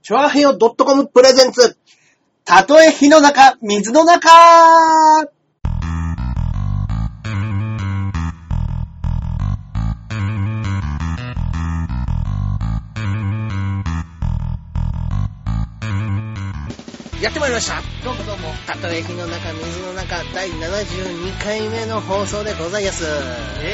チョアヘヨ .com プレゼンツ。たとえ火の中、水の中。やってまいりました。 どうもどうも。 たとえ火の中、水の中、第72回目の放送でございます。はい。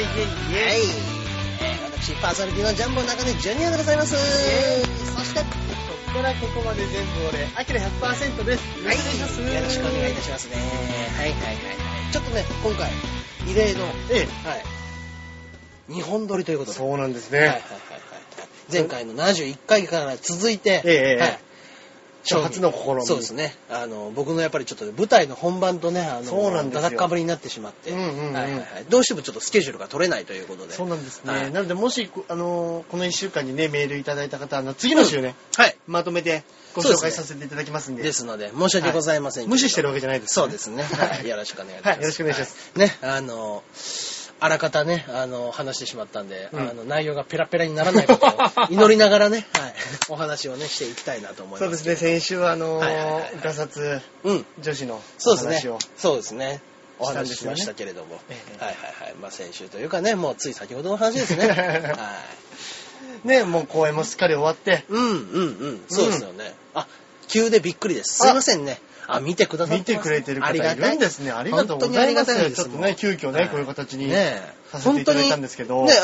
私、パーソナリティのジャンボ中根ジュニアでございます。そして、 ここからここまで全部俺、アキラ 100% です。 はい。 よろしくお願いします。 よろしくお願いいたしますね。はい。ちょっとね、今回、異例の、はい。2本撮りということで。 そうなんですね。 はい。前回の71回から続いて、 はい。初の試み。 そうですね。僕のやっぱりちょっと舞台の本番とね、 そうなんですよ。 だだっかぶりになってしまって、どうしてもちょっとスケジュールが取れないということで。 そうなんですね。なので、もし、この1週間にね、メールいただいた方、次の週ね、まとめてご紹介させていただきますんで。 ですので、申し訳ございません。 無視してるわけじゃないです。 そうですね。はい。よろしくお願いします。 はい。よろしくお願いします。 ね、あらかたね、話してしまったんで、内容がペラペラにならないことを祈りながらね、お話をね、していきたいなと思います。 そうですね、先週はガサツ女子の話を。 そうですね。お話ししましたけれども。まあ先週というかね、もうつい先ほどの話ですね。 ね、もう公演もすっかり終わって。 そうですよね。急でびっくりです。すいませんね。見てくださって見てくれてる方いるんですね。ありがとうございます。ちょっとね、急遽ね、こういう形にさせていただいたんですけど。 ね、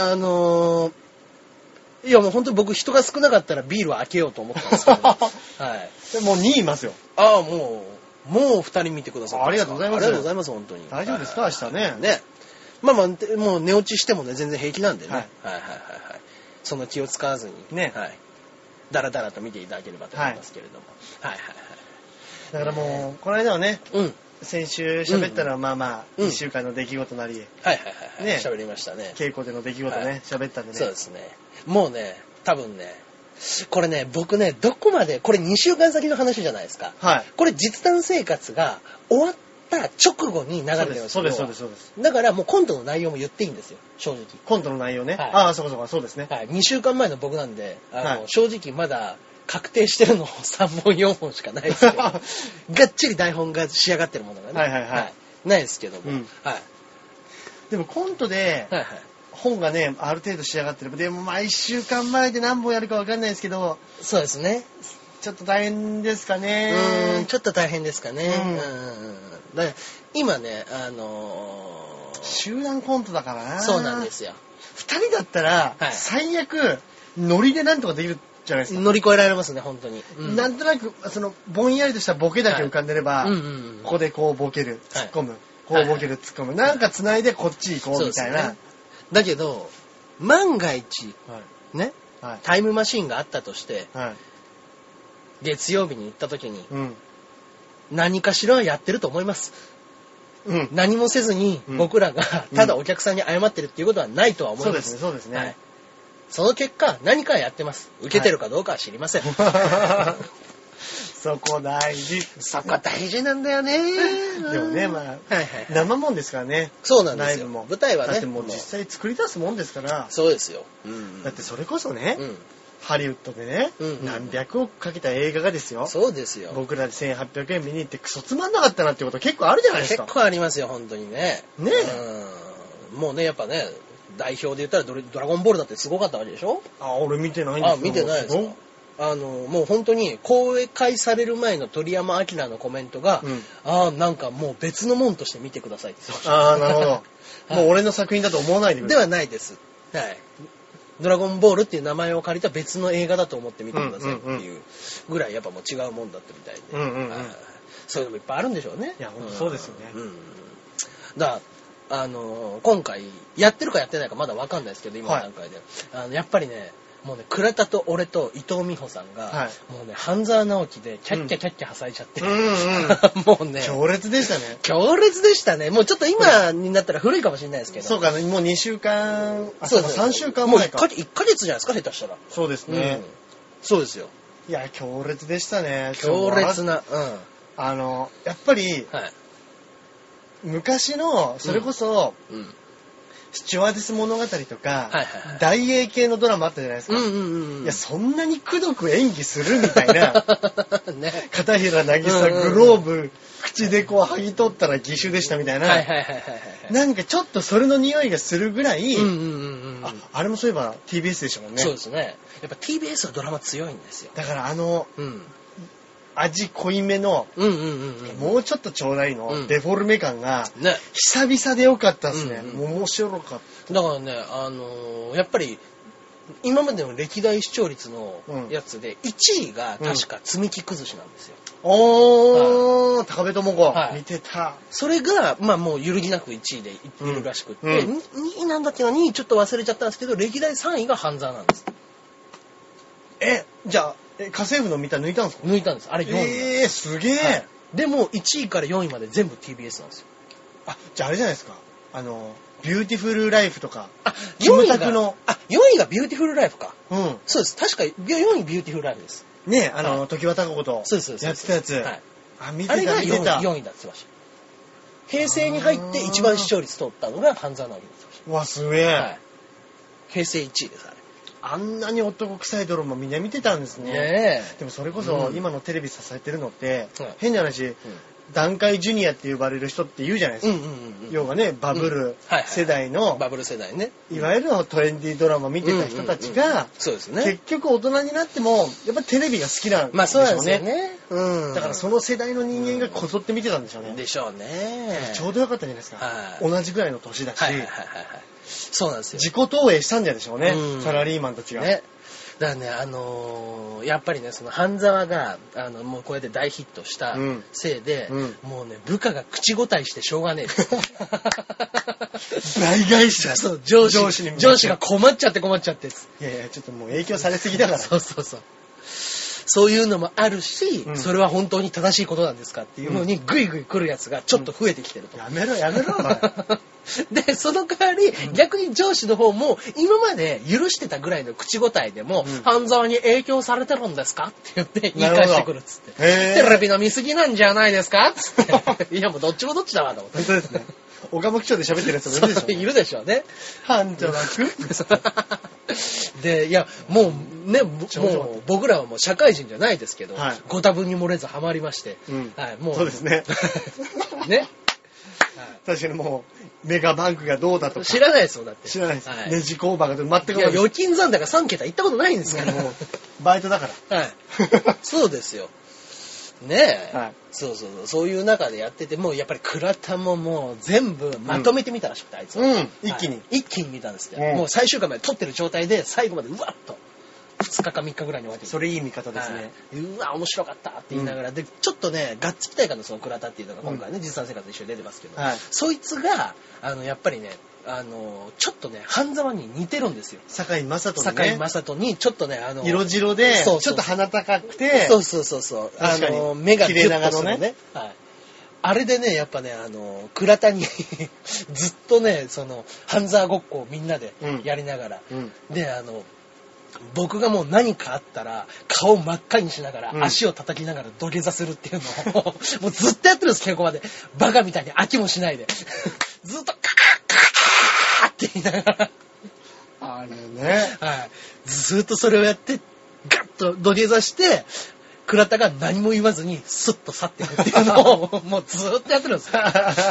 いやもう本当に僕人が少なかったらビールを開けようと思ったんですけど。 もう2位いますよ。 もう2人見てくださって。 ありがとうございます。 ありがとうございます、本当に。 大丈夫ですか、明日ね。 ね。まあ、もう寝落ちしてもね、全然平気なんでね。その気を使わずに。ね。だらだらと見ていただければと思いますけれども。 だからもう、この間はね、先週喋ったらまあ、1週間の出来事なり、 喋りましたね。 稽古での出来事ね、喋ったんでね。 そうですね。もうね、多分ね、これね、僕ね、どこまで、これ2週間先の話じゃないですか。これ実弾生活が終わった直後に流れてるんですよ。 そうです。 だからもうコントの内容も言っていいんですよ、正直。 コントの内容ね。そうですね。 2週間前の僕なんで、正直まだ、確定してるの3本4本しかないですけど、がっちり台本が仕上がってるものがね、ないですけども、 でもコントで本がねある程度仕上がってる。でもまあ1週間前で何本やるか分かんないですけど、 そうですね。 ちょっと大変ですかね。 ちょっと大変ですかね。だ今ね集団コントだからな。 そうなんですよ。 2人だったら最悪ノリでなんとかできる。じゃないですか。 乗り越えられますね、本当に。 なんとなく、ぼんやりとしたボケだけ浮かんでれば、ここでこうボケる、突っ込む、こうボケる、突っ込む。なんか繋いでこっち行こうみたいな。 だけど、万が一、ね、タイムマシンがあったとして、月曜日に行った時に、何かしらはやってると思います。何もせずに僕らがただお客さんに謝ってるっていうことはないとは思います。 そうですね。 その結果、何かやってます。受けてるかどうかは知りません。 そこ大事。 そこ大事なんだよね。 でもね、まあ、生もんですからね。 そうなんですよ。舞台はね。 だってもう実際作り出すもんですから。 そうですよ。 だってそれこそね、ハリウッドでね、何百億かけた映画がですよ。 そうですよ。 僕らで1800円見に行ってクソつまんなかったなってこと結構あるじゃないですか。 結構ありますよ、本当にね。もうね、やっぱね、代表で言ったらドラゴンボールだってすごかったわけでしょ？ 俺見てないんですよ。 見てないですか？もう本当に公開される前の鳥山明のコメントが、なんかもう別のもんとして見てくださいって言ってました。 なるほど。もう俺の作品だと思わないでください。 ではないです。ドラゴンボールっていう名前を借りた別の映画だと思って見てくださいっていうぐらいやっぱもう違うもんだったみたいで。そういうのもいっぱいあるんでしょうね。 いや、本当そうですよね。 だから今回やってるかやってないかまだ分かんないですけど今の段階で、やっぱりねもうね倉田と俺と伊藤美穂さんが、もうね半沢直樹でキャッキャはしゃいちゃって、もうね強烈でしたね。 強烈でしたね。もうちょっと今になったら古いかもしれないですけど、 そうかね、もう2週間3週間前か、 もう1ヶ月じゃないですか下手したら。 そうですね、 そうですよ。 いや強烈でしたね。 強烈な、 やっぱり、昔のそれこそ、 スチュワーデス物語とか、大英系のドラマあったじゃないですか。いや、そんなにくどく演技するみたいな。ね、片平渚グローブ、口でこう剥ぎ取ったら義手でしたみたいな。なんかちょっとそれの匂いがするぐらい、あれもそういえば TBS でしたもんね。 そうですね。やっぱ TBS はドラマ強いんですよ。 だから味濃いめの、もうちょっとちょうだいの、デフォルメ感が、久々でよかったですね。面白かった。 だからね、やっぱり、今までの歴代視聴率のやつで、1位が確か積み木崩しなんですよ。 高部智子、見てた。 それが、まあもう揺るぎなく1位でいってるらしくって、2位なんだっけな、2位ちょっと忘れちゃったんですけど、歴代3位が半沢なんです。 じゃあ、家政婦の見た抜いたんですか？ 抜いたんです。あれ4位。 すげえ。 でも、1位から4位まで全部 TBS なんですよ。 じゃああれじゃないですか。ビューティフルライフとか。 4位がビューティフルライフか。そうです。確か4位ビューティフルライフです。 ね、常盤貴子とやってたやつ。見てた。 あれが4位だって言ってました。平成に入って一番視聴率取ったのが半沢直樹だって言ってました。 うわ、すげえ。 平成1位です、あれ。 あんなに男臭いドラマみんな見てたんですね。でもそれこそ今のテレビ支えてるのって、変な話、団塊ジュニアって呼ばれる人って言うじゃないですか。要はね、バブル世代の、 バブル世代ね。 いわゆるトレンディードラマ見てた人たちが、結局大人になっても、やっぱテレビが好きなんでしょうね。 まあそうですよね。 だからその世代の人間がこぞって見てたんでしょうね。 でしょうね。 ちょうどよかったじゃないですか。同じぐらいの年だし。 そうなんですよ。 自己投影したんでしょうね。サラリーマンたちが。ね。 だからね、やっぱりね、その半沢が、もうこうやって大ヒットしたせいで、もうね、部下が口答えしてしょうがねえ。 倍返しだ。 そう、上司が困っちゃって。いやいや、ちょっともう影響されすぎだから。 そう。そういうのもあるし、それは本当に正しいことなんですかっていうのにグイグイ来るやつがちょっと増えてきてると。 やめろ。 で、その代わり、逆に上司の方も、今まで許してたぐらいの口答えでも、半沢に影響されてるんですかって言って言い返してくるっつって。テレビの見過ぎなんじゃないですかつって。いや、もうどっちもどっちだわと思って。 本当ですね。岡本基調で喋ってるやつもいるでしょ。 いるでしょうね。 半じゃなくで、いや、もうね、僕らはもう社会人じゃないですけど、ご多分に漏れずハマりまして。 もうそうですね。 ね。 確かにもう、メガバンクがどうだとか。 知らないですよ、だって。 知らないです。ネジ工場が全くいや、預金残高3桁行ったことないんですから。もう、 バイトだから。そうですよ。ねえ。そういう中でやってて、もうやっぱり倉田ももう全部まとめてみたらしくて、あいつは。 一気に見たんですって。もう最終回まで撮ってる状態で、最後までうわっと。2日か3日ぐらいに終わって。 それいい見方ですね。 うわ、面白かったって言いながら、で、ちょっとね、ガッツ期待感のその倉田っていうのが今回ね、実際生活で一緒に出てますけど、そいつが、やっぱりね、ちょっとね、半沢に似てるんですよ。 堺雅人にね。 堺雅人に、ちょっとね、 色白で、ちょっと鼻高くて、 そう。目がキュッとするね。あれでね、やっぱね、倉田にずっとね、半沢ごっこをみんなでやりながら、で、僕がもう何かあったら顔真っ赤にしながら足を叩きながら土下座するっていうのをもうずっとやってるんです、稽古場で。バカみたいに飽きもしないで。ずっとカーって言いながら。 あれね。 ずっとそれをやって、ガッと土下座して、倉田が何も言わずにスッと去っていくっていうのをもうずっとやってるんですよ。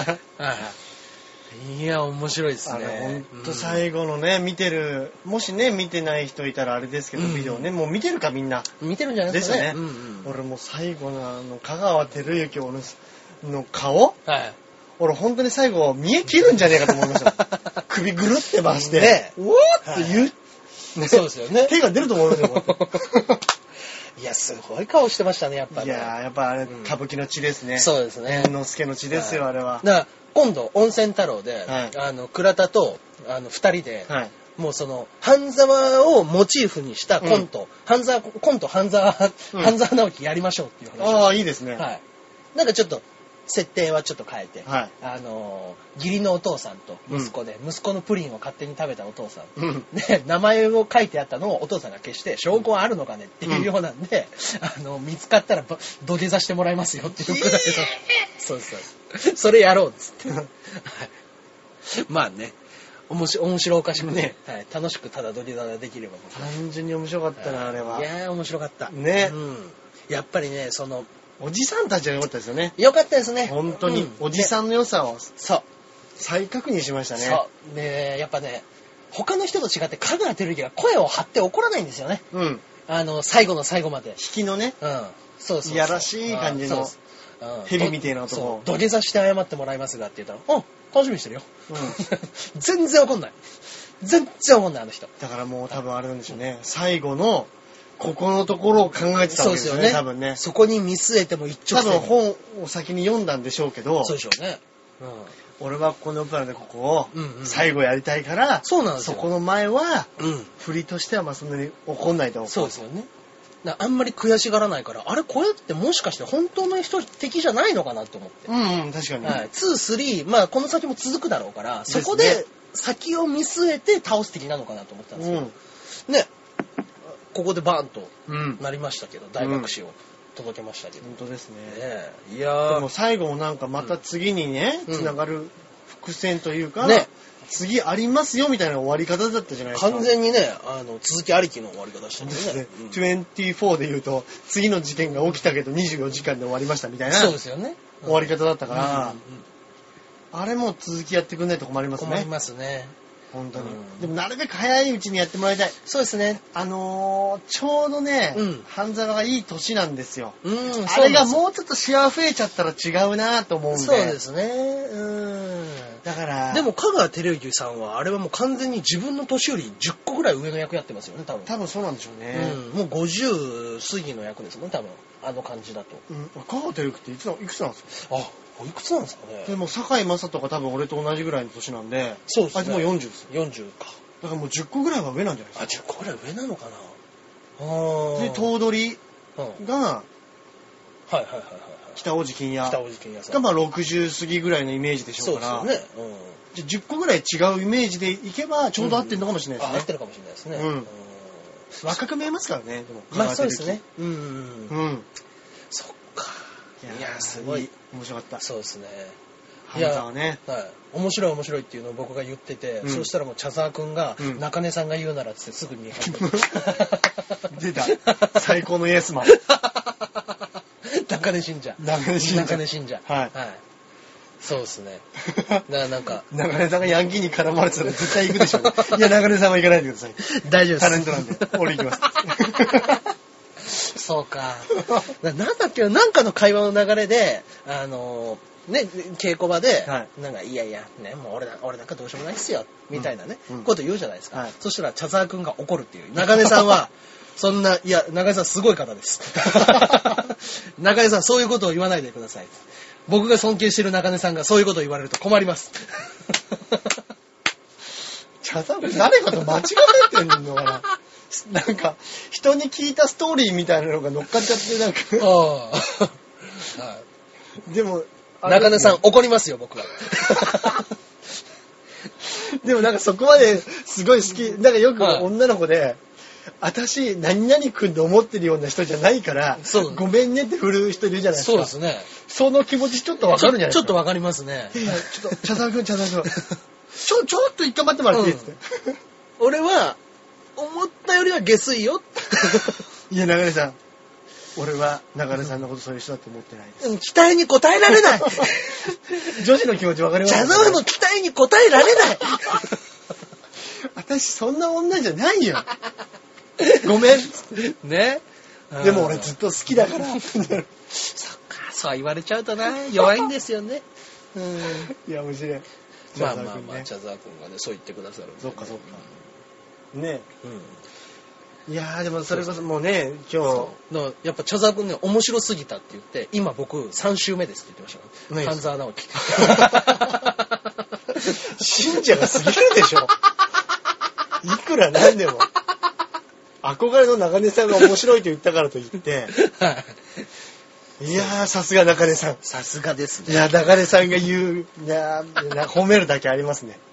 いや、面白いですね。 ほんと最後のね、見てる、もしね、見てない人いたらあれですけど、ビデオね、もう見てるかみんな。 見てるんじゃないですかね。 ですよね。俺もう最後の香川照之の顔俺本当に最後、見え切るんじゃねえかと思いました。首ぐるって回して、うわーって言う。 そうですよね。 手が出ると思いますよ。 いや、すごい顔してましたね、やっぱり。 いや、やっぱあれ、歌舞伎の血ですね。 そうですね。 猿之助の血ですよ、あれは。 だから今度、温泉太郎で、倉田と、二人で、もう半沢をモチーフにしたコント、半沢直樹やりましょうっていう話を。 ああ、いいですね。 なんかちょっと、設定はちょっと変えて、義理のお父さんと息子で、息子のプリンを勝手に食べたお父さん、で名前を書いてあったのをお父さんが消して証拠はあるのかねっていうようなんで、見つかったら土下座してもらいますよっていうくらいの、そうそれやろうっつってまあね、 面白おかしくね、はい、楽しくただ土下座ができれば。 単純に面白かったな、あれは。 いやー、面白かった。 ね。 やっぱりね、 おじさんたちは良かったですよね。 良かったですね。 本当に、おじさんの良さを、再確認しましたね。 そう。ね、やっぱね、他の人と違って香川照之が声を張って怒らないんですよね。最後の最後まで。引きのね。 そう。 いやらしい感じの。蛇みたいな男。 土下座して謝ってもらいますがって言ったら、楽しみにしてるよ。全然怒んない。全然怒んない、あの人。 だからもう多分あれなんでしょうね。最後の、ここのところを考えてたわけですよね、多分ね。 そこに見据えても一直線。 多分本を先に読んだんでしょうけど。 そうでしょうね。 俺はこのプランでここを最後やりたいから、 そうなんですよ。 そこの前は、振りとしてはまあそんなに怒んないと思う。 そうですよね。あんまり悔しがらないから、あれこれってもしかして本当の人敵じゃないのかなと思って。 確かに。 2、3、まあこの先も続くだろうから、そこで先を見据えて倒す敵なのかなと思ったんですけど、ね、ここでバーンとなりましたけど、大爆死を届けましたけど。 本当ですね。 いやー。 でも最後もなんかまた次にね、繋がる伏線というか、ね。次ありますよみたいな終わり方だったじゃないですか。 完全にね、続きありきの終わり方したんですね。 24で言うと、次の事件が起きたけど24時間で終わりましたみたいな。 そうですよね。 終わり方だったから、あれも続きやってくんないと困りますね。 困りますね。 本当に。でもなるべく早いうちにやってもらいたい。 そうですね。 ちょうどね、半沢がいい年なんですよ。あれがもうちょっとシワ増えちゃったら違うなと思うんで。 そうですね。 だから。 でも香川照之さんはあれはもう完全に自分の年より10個ぐらい上の役やってますよね、多分。 多分そうなんでしょうね。 もう50過ぎの役ですもん、多分。あの感じだと。 香川照之っていくつなんですか？ いくつなんですかね。 でも堺雅人が多分俺と同じぐらいの年なんで。 そうですね。 あいつもう40ですよ。40か。 だからもう10個ぐらいは上なんじゃないですか。 10個ぐらい上なのかな。 で、頭取が、北大路欣也。 北大路欣也さん。 がまあ60過ぎぐらいのイメージでしょうから。 そうですよね。 じゃあ10個ぐらい違うイメージでいけばちょうど合ってるのかもしれないですね。 合ってるかもしれないですね。 若く見えますからね。 まあそうですね。そっか。 いやすごい面白かった。 そうですね。 半沢ね。 面白いっていうのを僕が言ってて、そうしたらもう茶沢くんが、中根さんが言うならってすぐ見えた。 出た。最高のイエスマン。 中根信者。 中根信者。はい。そうですね。なんか。 中根さんがヤンキーに絡まれてたら絶対行くでしょうね。いや、中根さんは行かないでください。 大丈夫です。 タレントなんで。俺行きます。 そうか。なんだっけ、なんかの会話の流れで、稽古場で、なんか、いや、ね、もう俺なんかどうしようもないっすよ、みたいなね、こと言うじゃないですか。そしたら、茶沢くんが怒るっていう。中根さんは、そんな、いや、中根さんすごい方です。中根さん、そういうことを言わないでください。僕が尊敬してる中根さんがそういうことを言われると困ります。 茶沢くん誰かと間違えてんのかな。なんか、人に聞いたストーリーみたいなのが乗っかっちゃって、なんか。でも、 中根さん怒りますよ、僕は。 でもなんかそこまですごい好き。なんかよく女の子で、私、何々くんと思ってるような人じゃないから、ごめんねって振る人いるじゃないですか。 そうですね。 その気持ちちょっとわかるんじゃないですか。 ちょっとわかりますね。 ちょっと、茶沢くん。ちょっと一回待ってもらっていいって。 俺は、思ったよりは下水よ。 いや、中根さん。俺は中根さんのことそういう人だと思ってないです。 期待に応えられない。 女子の気持ちわかりますか？ 茶沢の期待に応えられない。 私そんな女じゃないよ。ごめん。 ね。 でも俺ずっと好きだから。 そっか、そう言われちゃうとな、弱いんですよね。 いや、面白い。 まあ、茶沢くんがね、そう言ってくださる。 そっか。ね。いやーでもそれこそもうね、今日やっぱ茶沢くんね面白すぎたって言って、今僕3週目ですって言ってました。半沢直樹。 信者が過ぎるでしょ。いくらなんでも。憧れの中根さんが面白いと言ったからといって。いやーさすが中根さん。 さすがですね。 いや中根さんが言う、いや褒めるだけありますね。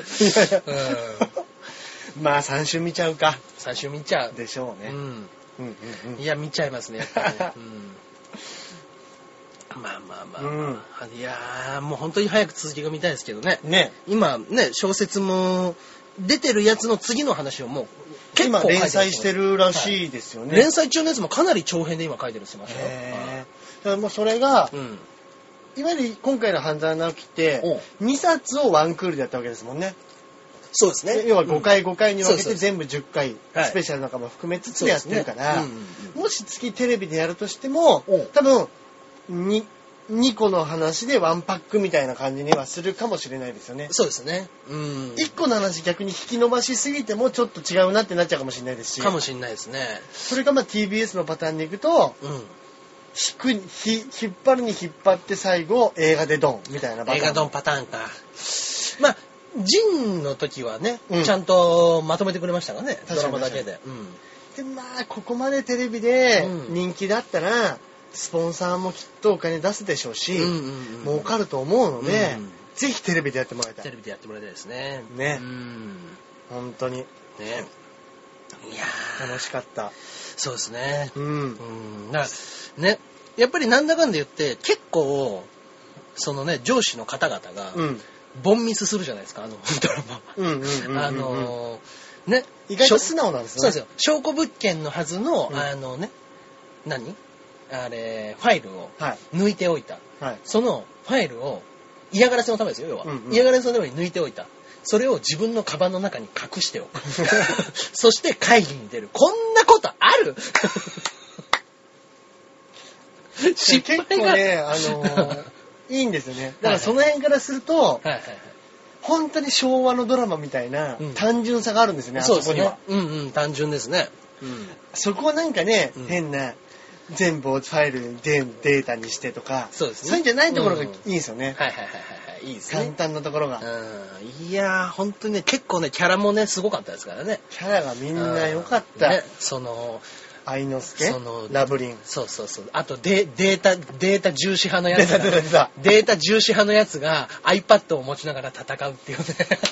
まあ3週見ちゃうか。 3週見ちゃう。 でしょうね。 いや見ちゃいますね。やっぱね。 まあ、いやー、もう本当に早く続きが見たいですけどね。ね。今ね、小説も出てるやつの次の話をもう結構書いてる。 今連載してるらしいですよね。 連載中のやつもかなり長編で今書いてるって言ってましたよ。 だからもうそれが、いわゆる今回の半沢直樹って、2冊をワンクールでやったわけですもんね。 そうですね。 要は5回5回に分けて全部10回、スペシャルなんかも含めつつやってるから、もし次テレビでやるとしても、多分、2個の話でワンパックみたいな感じにはするかもしれないですよね。 そうですね。 1個の話逆に引き伸ばしすぎてもちょっと違うなってなっちゃうかもしれないですし。 かもしれないですね。 それがTBS のパターンでいくと、引っ張るに引っ張って最後映画でドンみたいなパターン。 映画ドンパターンか。まあ、ジンの時はね、ちゃんとまとめてくれましたからね、ドラマだけで。 で、まあ、ここまでテレビで人気だったら、スポンサーもきっとお金出すでしょうし、儲かると思うので、ぜひテレビでやってもらいたい。 テレビでやってもらいたいですね。 ね。本当に。 ね。いやー。楽しかった。 そうですね。だからね、やっぱりなんだかんだ言って、結構、そのね、上司の方々が、ボンミスするじゃないですか、あのドラマ。ね。 意外と素直なんですね。 そうですよ。証拠物件のはずの、あれ、ファイルを抜いておいた。そのファイルを嫌がらせのためですよ、要は。嫌がらせのために抜いておいた。それを自分のカバンの中に隠しておく。そして会議に出る。こんなことある結構ね、いいんですよね。だからその辺からすると、本当に昭和のドラマみたいな単純さがあるんですよね、あそこには。 単純ですね。 そこはなんかね、変な、全部ファイルにデータにしてとか、そういうんじゃないところがいいんですよね。 いいですね。 簡単なところが。 いやー、本当にね、結構ね、キャラもね、すごかったですからね。 キャラがみんな良かった。愛之助、ラブリン。 そう。あとデータ重視派のやつが。データ重視派のやつが iPad を持ちながら戦うっていうね。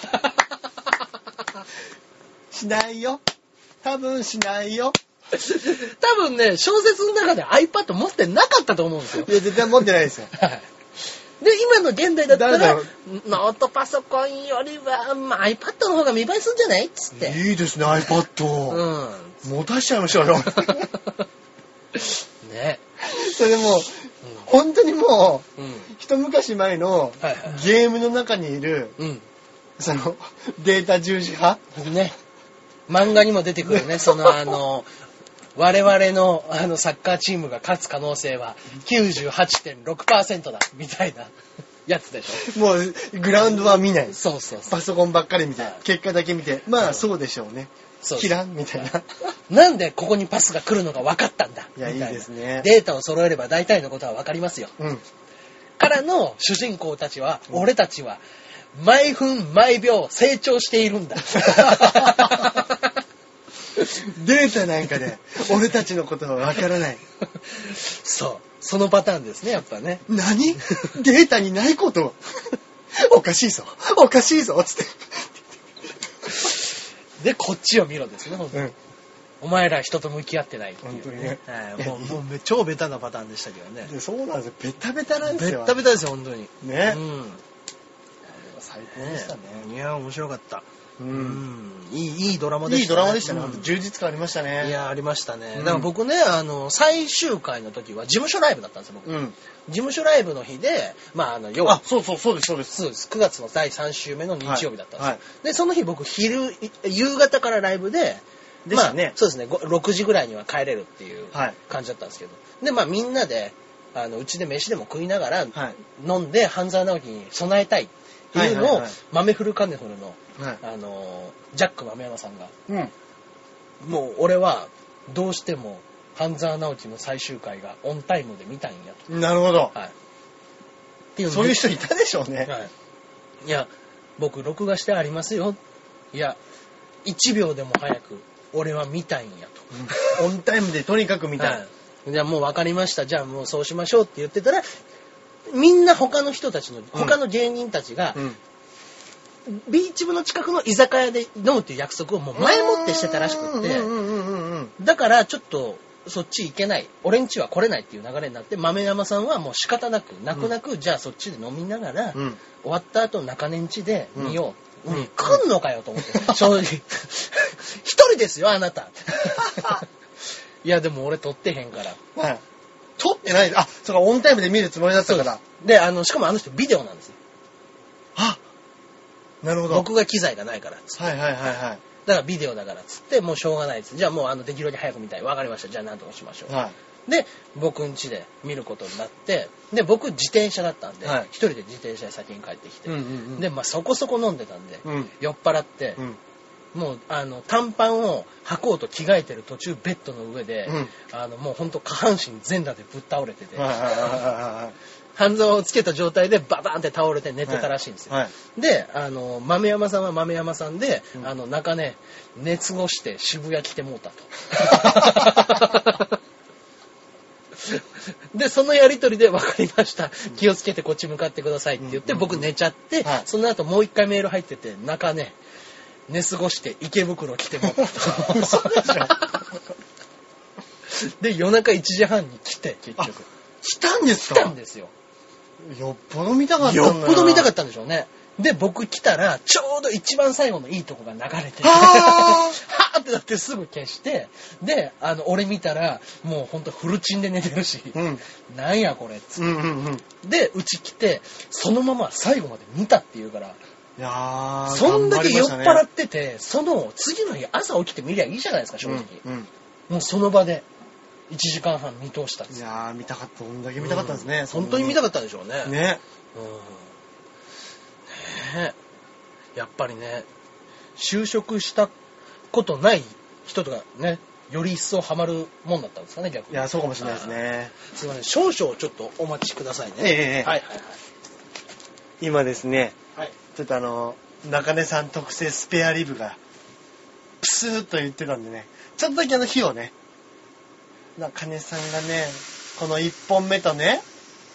しないよ。多分しないよ。 多分ね、小説の中で iPad 持ってなかったと思うんですよ。 いや、絶対持ってないですよ。 で、今の現代だったら、ノートパソコンよりは、iPad の方が見栄えするんじゃないっつって。 いいですね、iPad。持たしちゃいましょうよ。 ね。 それでもう、本当にもう、一昔前のゲームの中にいる、その、データ重視派ね。漫画にも出てくるね、我々のサッカーチームが勝つ可能性は 98.6% だみたいなやつでしょ。もうグラウンドは見ない。 そう。 パソコンばっかり見て、結果だけ見て、まあそうでしょうね。キランみたいな。 なんでここにパスが来るのが分かったんだ。 いや、いいですね。 データを揃えれば大体のことは分かりますよ。からの主人公たちは、俺たちは毎分毎秒成長しているんだ。 データなんかで俺たちのことはわからない。 そのパターンですね、やっぱね。 何？データにないことおかしいぞつって。 で、こっちを見ろですね、本当に。お前ら人と向き合ってないっていう。 本当にね。 もう超ベタなパターンでしたけどね。 そうなんですよ。ベタベタなんですよ。 ベタベタですよ、本当に。 ね。最高でしたね。 いや、面白かった。いいドラマでしたね。 いいドラマでしたね。充実感ありましたね。 いや、ありましたね。だから僕ね、最終回の時は事務所ライブだったんですよ、僕。事務所ライブの日で、要は。 そうです。そうです。 9月の第3週目の日曜日だったんですよ。で、その日僕、夕方からライブで、 でしたね。 そうですね、6時ぐらいには帰れるっていう感じだったんですけど。で、みんなで、うちで飯でも食いながら、飲んで、半沢直樹に備えたいっていうのを、豆フルカネフルの、ジャック豆山さんが、もう俺はどうしても半沢直樹の最終回がオンタイムで見たいんやと。 なるほど。 っていうそういう人いたでしょうね。 いや、僕録画してありますよ。いや、1秒でも早く俺は見たいんやと。オンタイムでとにかく見たい。 じゃあもう分かりました。じゃあもうそうしましょうって言ってたら、みんな他の人たちの、他の芸人たちが、ビーチ部の近くの居酒屋で飲むっていう約束をもう前もってしてたらしくって、だからちょっとそっち行けない、俺んちは来れないっていう流れになって、豆山さんはもう仕方なく、泣く泣く、じゃあそっちで飲みながら、終わった後中根んちで見よう。来んのかよと思って、正直。一人ですよ、あなた。いや、でも俺撮ってへんから。 はい。撮ってない。あ、そうか、オンタイムで見るつもりだったから。 で、しかもあの人ビデオなんですよ。 あ、なるほど。 僕が機材がないからっつって。 はい。だからビデオだからっつって、もうしょうがないです。じゃあもうできるだけ早く見たい。わかりました。じゃあ何とかしましょう。はい。で、僕ん家で見ることになって、で、僕自転車だったんで、一人で自転車で先に帰ってきて、で、まあそこそこ飲んでたんで、酔っ払って、もう短パンを履こうと着替えてる途中ベッドの上で、もうほんと下半身全裸でぶっ倒れてて、半沢をつけた状態でババーンって倒れて寝てたらしいんですよ。で、豆山さんは豆山さんで、中ね、寝過ごして渋谷来てもうたと。で、そのやりとりで分かりました。気をつけてこっち向かってくださいって言って、僕寝ちゃって、その後もう一回メール入ってて、中ね、寝過ごして池袋来てもらった。嘘でしょ。で、夜中1時半に来て、結局。 来たんですか？ 来たんですよ。 よっぽど見たかったんだな。 よっぽど見たかったんでしょうね。で、僕来たら、ちょうど一番最後のいいとこが流れて、はーってなってすぐ消して、で、俺見たら、もうほんとフルチンで寝てるし、なんやこれっつって。で、うち来て、そのまま最後まで見たって言うから、 いやー、 そんだけ酔っ払ってて、その次の日朝起きて見りゃいいじゃないですか、正直。もうその場で1時間半見通したんです。 いやー、見たかった。どんだけ見たかったんですね。 本当に見たかったんでしょうね。 ね。 ね、やっぱりね、就職したことない人とかね、より一層ハマるもんだったんですかね、逆に。 いや、そうかもしれないですね。 すいません、少々ちょっとお待ちくださいね。はい。 今ですね、ちょっと中根さん特製スペアリブが、プスーっと言ってたんでね、ちょっとだけ火をね、中根さんがね、この1本目とね、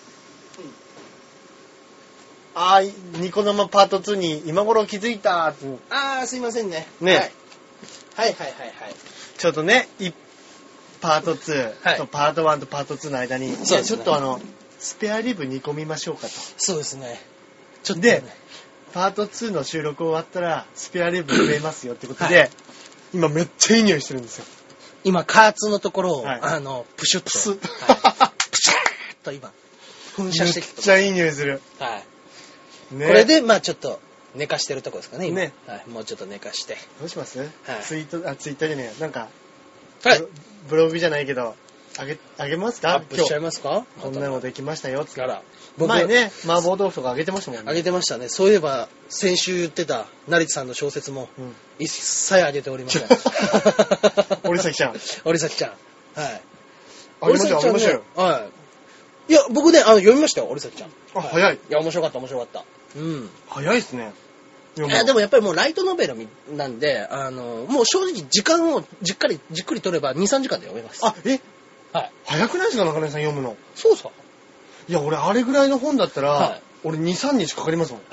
ニコ生パート2に今頃気づいたって。 すいませんね。 ね。 はい。 ちょっとね、パート2とパート1とパート2の間に、ちょっとスペアリブ煮込みましょうかと。 そうですね。 ちょっとね、で、パート2の収録終わったら、スペアリブ植えますよってことで、今めっちゃいい匂いしてるんですよ。 今、加圧のところを、プシュッと。プシュッと今、噴射してきて。 めっちゃいい匂いする。 はい。ね、これで、まあちょっと、寝かしてるとこですかね、今。 ね。 はい。もうちょっと寝かして。 どうします？ツイッターじゃねえ。なんか、ブログじゃないけど、あげますか？ アップしちゃいますか？ こんなのできましたよ、 から。 前ね、麻婆豆腐とかあげてましたもんね。 あげてましたね。そういえば、先週言ってた、成田さんの小説も、一切あげておりません。 折崎ちゃん。 折崎ちゃん。はい。 あげましたよ。 はい。いや、僕ね、読みましたよ、折崎ちゃん。 早い。 いや、面白かった。 早いっすね。 でもやっぱりもうライトノベルなんで、もう正直時間をじっくり取れば2、3時間で読めます。 はい。 早くないですか、中根さん読むの。 そうさ。 いや、俺あれぐらいの本だったら、俺2、3日かかりますもん。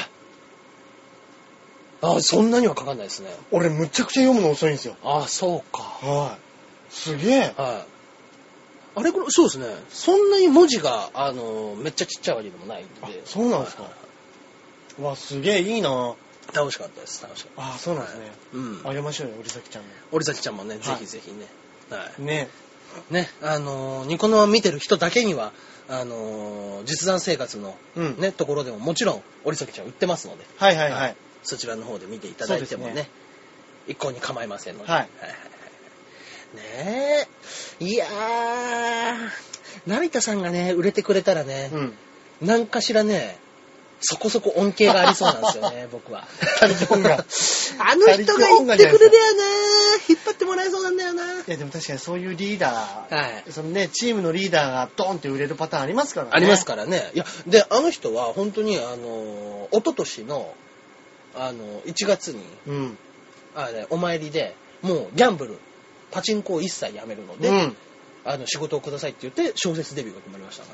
そんなにはかかんないですね。 俺むちゃくちゃ読むの遅いんですよ。 そうか。 はい。すげえ。 はい。あれそうですね。そんなに文字が、めっちゃちっちゃいわけでもないんで。 そうなんですか。わ、すげえいいな。 楽しかったです。 そうなんですね。あげましょうよ、折崎ちゃんも。 折崎ちゃんもね、ぜひぜひね。はい。 ね。 ニコ生見てる人だけには、実弾生活のね、ところでももちろん折崎ちゃん売ってますので。 はい。 そちらの方で見ていただいてもね、一向に構いませんので。 はい。 ねえ。いやー、成田さんがね、売れてくれたらね、なんかしらね、そこそこ恩恵がありそうなんですよね、僕は。 あの人が言ってくれりゃな、引っ張ってもらえそうなんだよな。 いや、でも確かにそういうリーダー、そのね、チームのリーダーがドンって売れるパターンありますからね。 ありますからね。いや、で、あの人は本当に、一昨年の、1月に、お参りで、もうギャンブル、パチンコを一切やめるので、仕事をくださいって言って小説デビューが決まりましたから。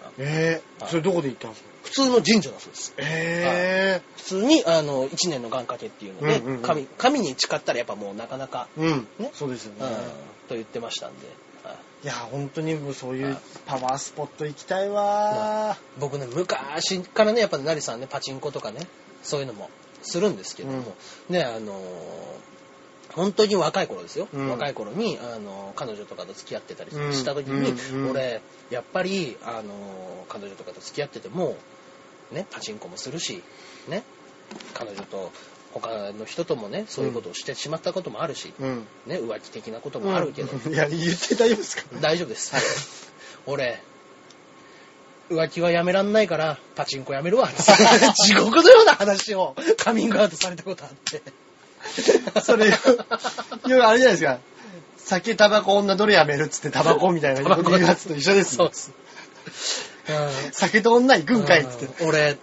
それどこで行ったんですか？ 普通の神社だそうです。普通に1年の願掛けっていうので、神に誓ったらやっぱもうなかなか、 そうですよね。 と言ってましたんで。 いや本当にもうそういうパワースポット行きたいわ、 僕ね昔からねやっぱり成さんねパチンコとかねそういうのもするんですけども、ね本当に若い頃ですよ、若い頃に彼女とかと付き合ってたりした時に、俺やっぱり彼女とかと付き合っててもねパチンコもするしね彼女と他の人ともねそういうことをしてしまったこともあるし、ね浮気的なこともあるけど、 いや言って大丈夫ですか？ 大丈夫です、はい、俺浮気はやめらんないからパチンコやめるわ地獄のような話をカミングアウトされたことあってそれあれじゃないですか、酒タバコ女どれやめるっつってタバコみたいな言うやつと一緒です、 そうです、 酒と女行くんかいっつって、 俺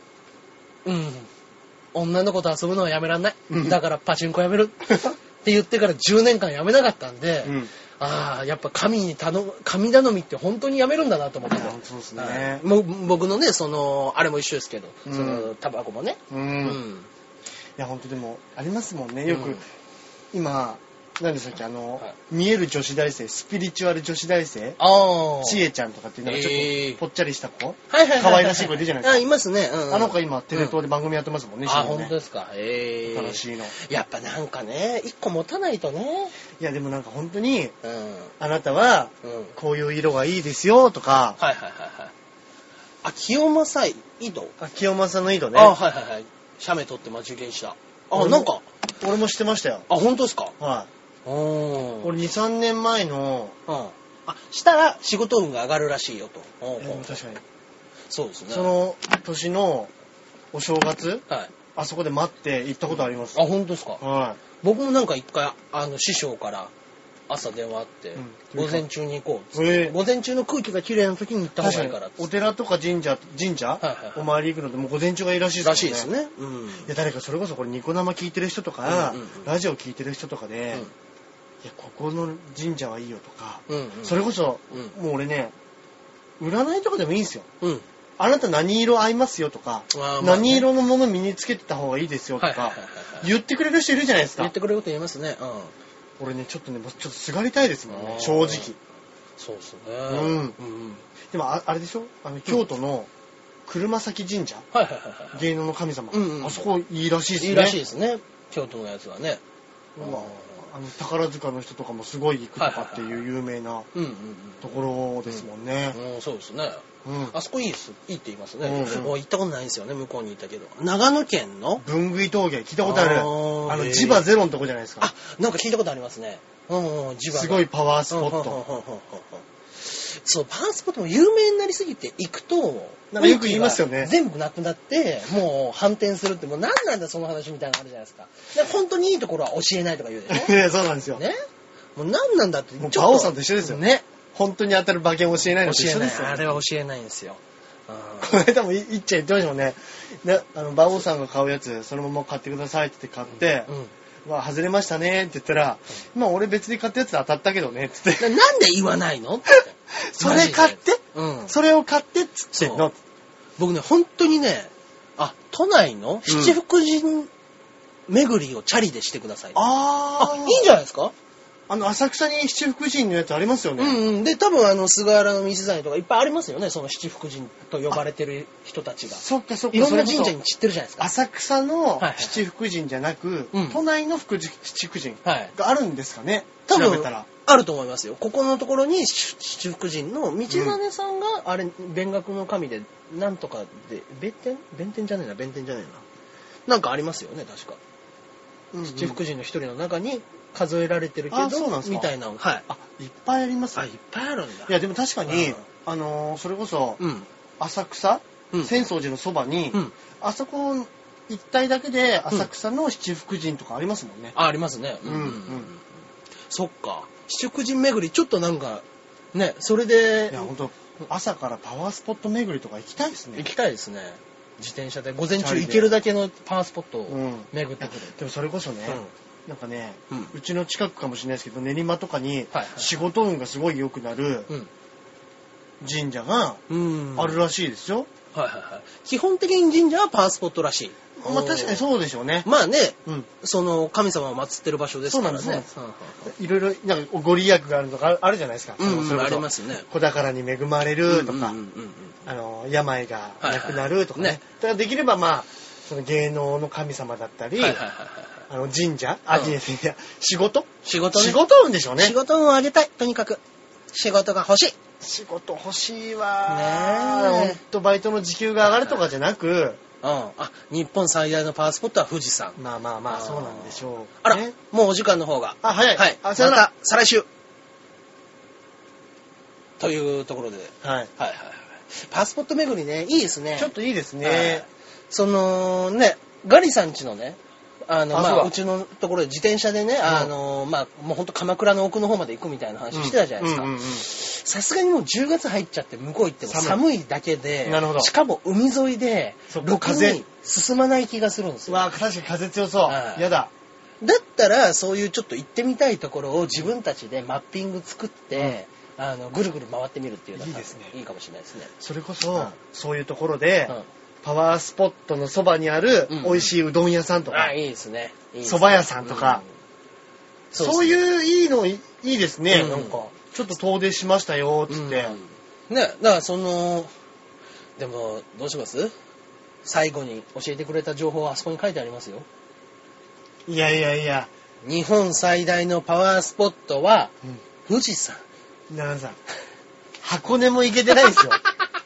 女の子と遊ぶのはやめらんない、だからパチンコやめるって言ってから10年間やめなかったんで、やっぱ神頼みって本当にやめるんだなと思って、 そうですね、 僕のねあれも一緒ですけど、そのタバコもね、 いや本当でもありますもんね、よく、今何でしたっけ見える女子大生、スピリチュアル女子大生、ちえちゃんとかっていうのがちょっとぽっちゃりした子、可愛らしい子いるじゃないですか。 いますね。 あの子今テレ東で番組やってますもんね。 本当ですか。 楽しいの。 やっぱなんかね、一個持たないとね。 いやでもなんか本当に、あなたはこういう色がいいですよとか。 清正井戸。 清正の井戸ね。 写メ撮って待ち受けにした。なんか俺も知ってましたよ。 本当ですか。 はい。俺 2,3 年前の、 したら仕事運が上がるらしいよと。 確かに。 そうですね。 その年のお正月、あそこで待って行ったことあります。 本当ですか。 はい。 僕もなんか一回師匠から朝電話あって、午前中に行こうっつって、午前中の空気が綺麗な時に行った方がいいからっつって。 お寺とか神社お参り行くのでもう午前中がいいらしいですね。 らしいですね。 いや誰かそれこそこれニコ生聞いてる人とか、ラジオ聞いてる人とかで、いやここの神社はいいよとか、それこそ、もう俺ね占いとかでもいいんですよ、あなた何色合いますよとか、何色のもの身につけてた方がいいですよとか言ってくれる人いるじゃないですか。 言ってくれること言いますね。 俺ねちょっとすがりたいですもんね、正直。 そうですね。 でもあれでしょ、京都の車崎神社、芸能の神様、あそこいいらしいですね。 いいらしいですね、京都のやつはね。 宝塚の人とかもすごい行くとかっていう有名なところですもんね。 そうですね。あそこいいって言いますね。行ったことないんですよね、向こうに行ったけど。長野県の分食峠聞いたことある。ジバゼロのとこじゃないですか。 なんか聞いたことありますね。 すごいパワースポット。 そう、パワースポットも有名になりすぎて行くと、 なんかよく言いますよね。 全部なくなって、もう反転するって、もう何なんだその話みたいなのあるじゃないですか。本当にいいところは教えないとか言うでしょ。 そうなんですよ。 ね。もう何なんだって。 もう馬王さんと一緒ですよね。本当に当たる馬券教えないのと一緒ですよ。 あれは教えないんですよ。 この間もいっちゃ言ってましたもんね。馬王さんが買うやつ、そのまま買ってくださいって買って、外れましたねって言ったら、俺別に買ったやつ当たったけどねって言って。 なんで言わないのって。 それ買ってそれを買ってっつってんの。 僕ね、本当にね、都内の七福神巡りをチャリでしてください。いいんじゃないですか？ 浅草に七福神のやつありますよね。 で、多分菅原道真とかいっぱいありますよね、その七福神と呼ばれてる人たちが。 そっか。 いろんな神社に散ってるじゃないですか。 浅草の七福神じゃなく、都内の七福神があるんですかね。 多分あると思いますよ。ここのところに七福神の道真さんが、あれ、弁学の神で、なんとかで、弁天じゃねえな。なんかありますよね、確か。七福神の一人の中に数えられてるけど、みたいな。いっぱいあります。 いっぱいあるんだ。 いや、でも確かに、それこそ、浅草、浅草寺のそばに、あそこ一帯だけで浅草の七福神とかありますもんね。 ありますね。そっか。七福神巡り、ちょっとなんか、ね、それで。 いや、本当朝からパワースポット巡りとか行きたいですね。 行きたいですね。自転車で午前中行けるだけのパワースポットを巡ってくる。 でもそれこそね、なんかね、うちの近くかもしれないですけど、練馬とかに仕事運がすごい良くなる神社があるらしいですよ。 はいはいはい。基本的に神社はパワースポットらしい。 まあ確かにそうでしょうね。 まあね、その神様を祀ってる場所ですからね。そうなんです。 いろいろ、なんかご利益があるとかあるじゃないですか。 ありますね。 子宝に恵まれるとか、病がなくなるとかね。だからできればまあ、その芸能の神様だったり、神社、仕事仕事運でしょうね。 仕事運を上げたい、とにかく。仕事が欲しい。 仕事欲しいわ。ほんとバイトの時給が上がるとかじゃなく、 日本最大のパワースポットは富士山。 まあ、そうなんでしょう。 あら、もうお時間の方が。 早い。はい。 また、再来週。というところで。 はい。 パワースポット巡りね、いいですね。 ちょっといいですね。 そのね、ガリさん家のね、うちのところで自転車でね、もうほんと鎌倉の奥の方まで行くみたいな話してたじゃないですか。さすがにもう10月入っちゃって向こう行っても寒いだけで、しかも海沿いで、ろくに進まない気がするんですよ。 確かに風強そう。やだ。 だったら、そういうちょっと行ってみたいところを自分たちでマッピング作って、ぐるぐる回ってみるっていうのがいいかもしれないですね。 それこそ、そういうところで、パワースポットのそばにある美味しいうどん屋さんとか、 いいですね。 蕎麦屋さんとか、そういういいのいいですね。なんかちょっと遠出しましたよつって。 ね、だからそのでもどうします？最後に教えてくれた情報はあそこに書いてありますよ。 いや。 日本最大のパワースポットは富士山。 なんさ、箱根も行けてないですよ。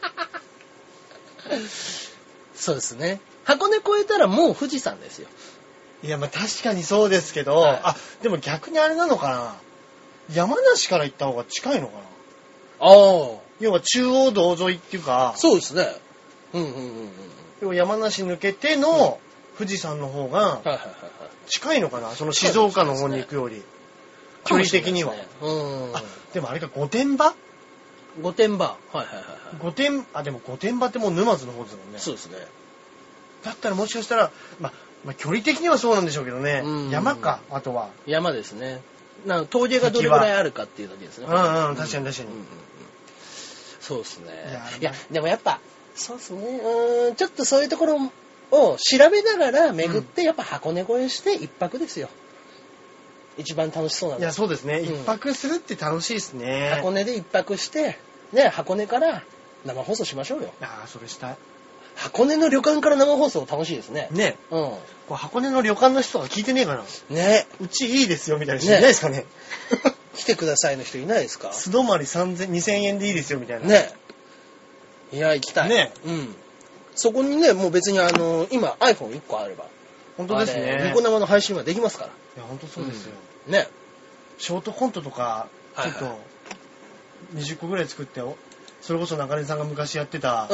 そうですね。箱根越えたらもう富士山ですよ。 いや、まあ確かにそうですけど、でも逆にあれなのかな。山梨から行った方が近いのかな。要は中央道沿いっていうか。 そうですね。 要は山梨抜けての富士山の方が近いのかな。その静岡の方に行くより。距離的には。でもあれか、御殿場？ 御殿場。 でも御殿場ってもう沼津の方ですもんね。 そうですね。 だったらもしかしたら、まあ距離的にはそうなんでしょうけどね。山か、あとは。 山ですね。峠がどれぐらいあるかっていうだけですね。 確かに。 そうですね。いや、でもやっぱ、そうですね。ちょっとそういうところを調べながら巡って、やっぱ箱根越えして一泊ですよ。一番楽しそうなんです。 いや、そうですね。一泊するって楽しいですね。 箱根で一泊して、ね、箱根から生放送しましょうよ。 それしたい。 箱根の旅館から生放送楽しいですね。 ね。箱根の旅館の人が聞いてねえかな。 ね。 うちいいですよみたいな人いないですかね。 来てくださいの人いないですか？ 素泊まり2000円でいいですよみたいな。 ね。いや、行きたい。 ね。 そこにね、もう別に今 iPhone1 個あれば。 本当ですね。 ニコ生の配信はできますから。いや、本当そうですよ。 ね。 ショートコントとか、ちょっと、20個ぐらい作ってよ。それこそ中根さんが昔やってた、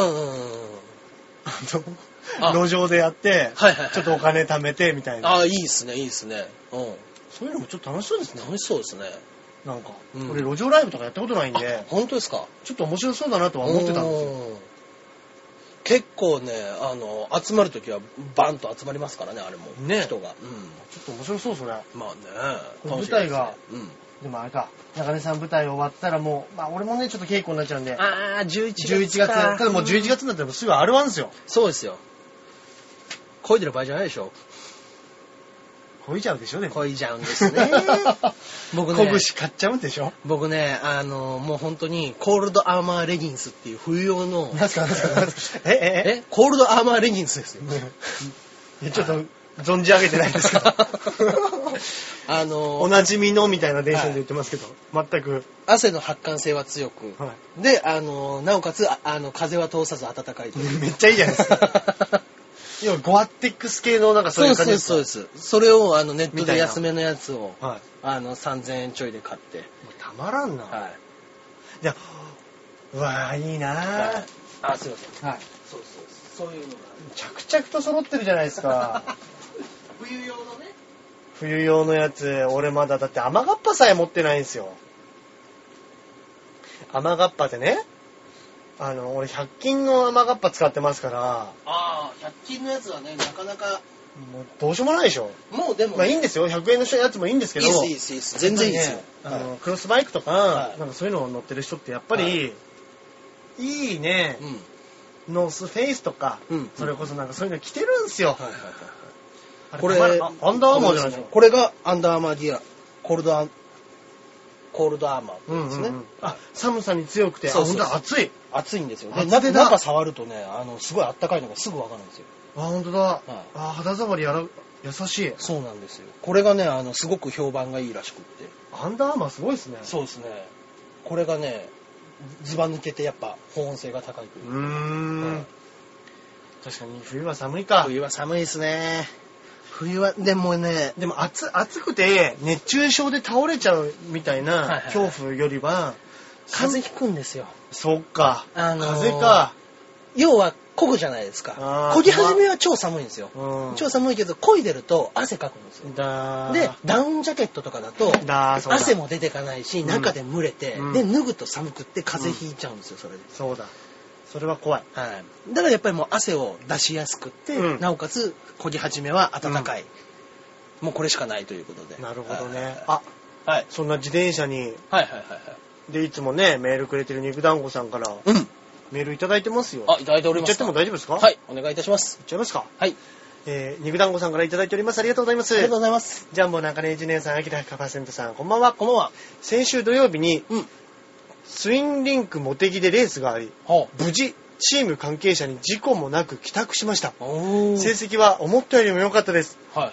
路上でやって、ちょっとお金貯めてみたいな。 いいっすね。 そういうのもちょっと楽しそうですね。 楽しそうですね。 なんか、俺路上ライブとかやったことないんで。 本当ですか？ ちょっと面白そうだなとは思ってたんですよ。 結構ね、集まるときはバンと集まりますからね、あれも。 ね。 人が。 ちょっと面白そう、それ。 まあね。 舞台が、でもあれか、中根さん舞台終わったらもう、俺もね、ちょっと稽古になっちゃうんで。 11月か。ただもう11月になったらすぐ R1 ですよ。 そうですよ。漕いでる場合じゃないでしょ。 漕いじゃうでしょね。 漕いじゃうんですね。僕ね。 拳買っちゃうんでしょ。 僕ね、もう本当に、コールドアーマーレギンスっていう冬用の。 なんすかコールドアーマーレギンスですよ。 ちょっと、存じ上げてないですけど。おなじみのみたいな電車で言ってますけど、全く。 汗の発汗性は強く。で、なおかつ、風は通さず暖かい。 めっちゃいいじゃないですか。要はゴアテックス系のなんかそういう感じですか？ そうです。それをネットで安めのやつを、3000円ちょいで買って。 たまらんな。じゃうわー、いいなー。すいません。そういうのが。 着々と揃ってるじゃないですか。 冬用のね。 冬用のやつ、俺まだだって雨がっぱさえ持ってないんですよ。雨がっぱでね、俺100均の雨がっぱ使ってますから。 100均のやつはね、なかなか。 もうどうしようもないでしょ。 もうでも、 まあいいんですよ。100円のやつもいいんですけど。 いいです。全然いいですよ。 クロスバイクとか、なんかそういうのを乗ってる人ってやっぱり、いいね。 ノースフェイスとか、それこそなんかそういうの着てるんですよ。 これ、 アンダーアーマーじゃないですか。 これがアンダーアーマーギア、コールドアーマーですね。 寒さに強くて、本当は暑い。 暑いんですよ。で、中触るとね、すごい暖かいのがすぐわかるんですよ。 本当だ。肌触り優しい。 そうなんですよ。これがね、すごく評判がいいらしくって。 アンダーアーマーすごいですね。 そうですね。これがね、ズバ抜けてやっぱ保温性が高いという。 確かに冬は寒いか。 冬は寒いですね。冬は、でもね、 でも暑くて熱中症で倒れちゃうみたいな恐怖よりは、 風邪ひくんですよ。 そっか。風か。 要は、漕ぐじゃないですか。漕ぎ始めは超寒いんですよ。超寒いけど、漕いでると汗かくんですよ。で、ダウンジャケットとかだと、汗も出てかないし、中で蒸れて、で、脱ぐと寒くって風邪ひいちゃうんですよ、それで。 そうだ。それは怖い。 はい。だからやっぱりもう汗を出しやすくって、なおかつ、漕ぎ始めは暖かい。もうこれしかないということで。 なるほどね。そんな自転車に、で、いつもね、メールくれてる肉団子さんから、メールいただいてますよ。 いただいております。 言っちゃっても大丈夫ですか？ はい、お願いいたします。 言っちゃいますか？ はい。 肉団子さんからいただいております。ありがとうございます。 ありがとうございます。 ジャンボ中根1年さん、アキラ 100% さん、こんばんは。 こんばんは。 先週土曜日に、スインリンクモテギでレースがあり、無事、チーム関係者に事故もなく帰宅しました。成績は思ったよりも良かったです。はい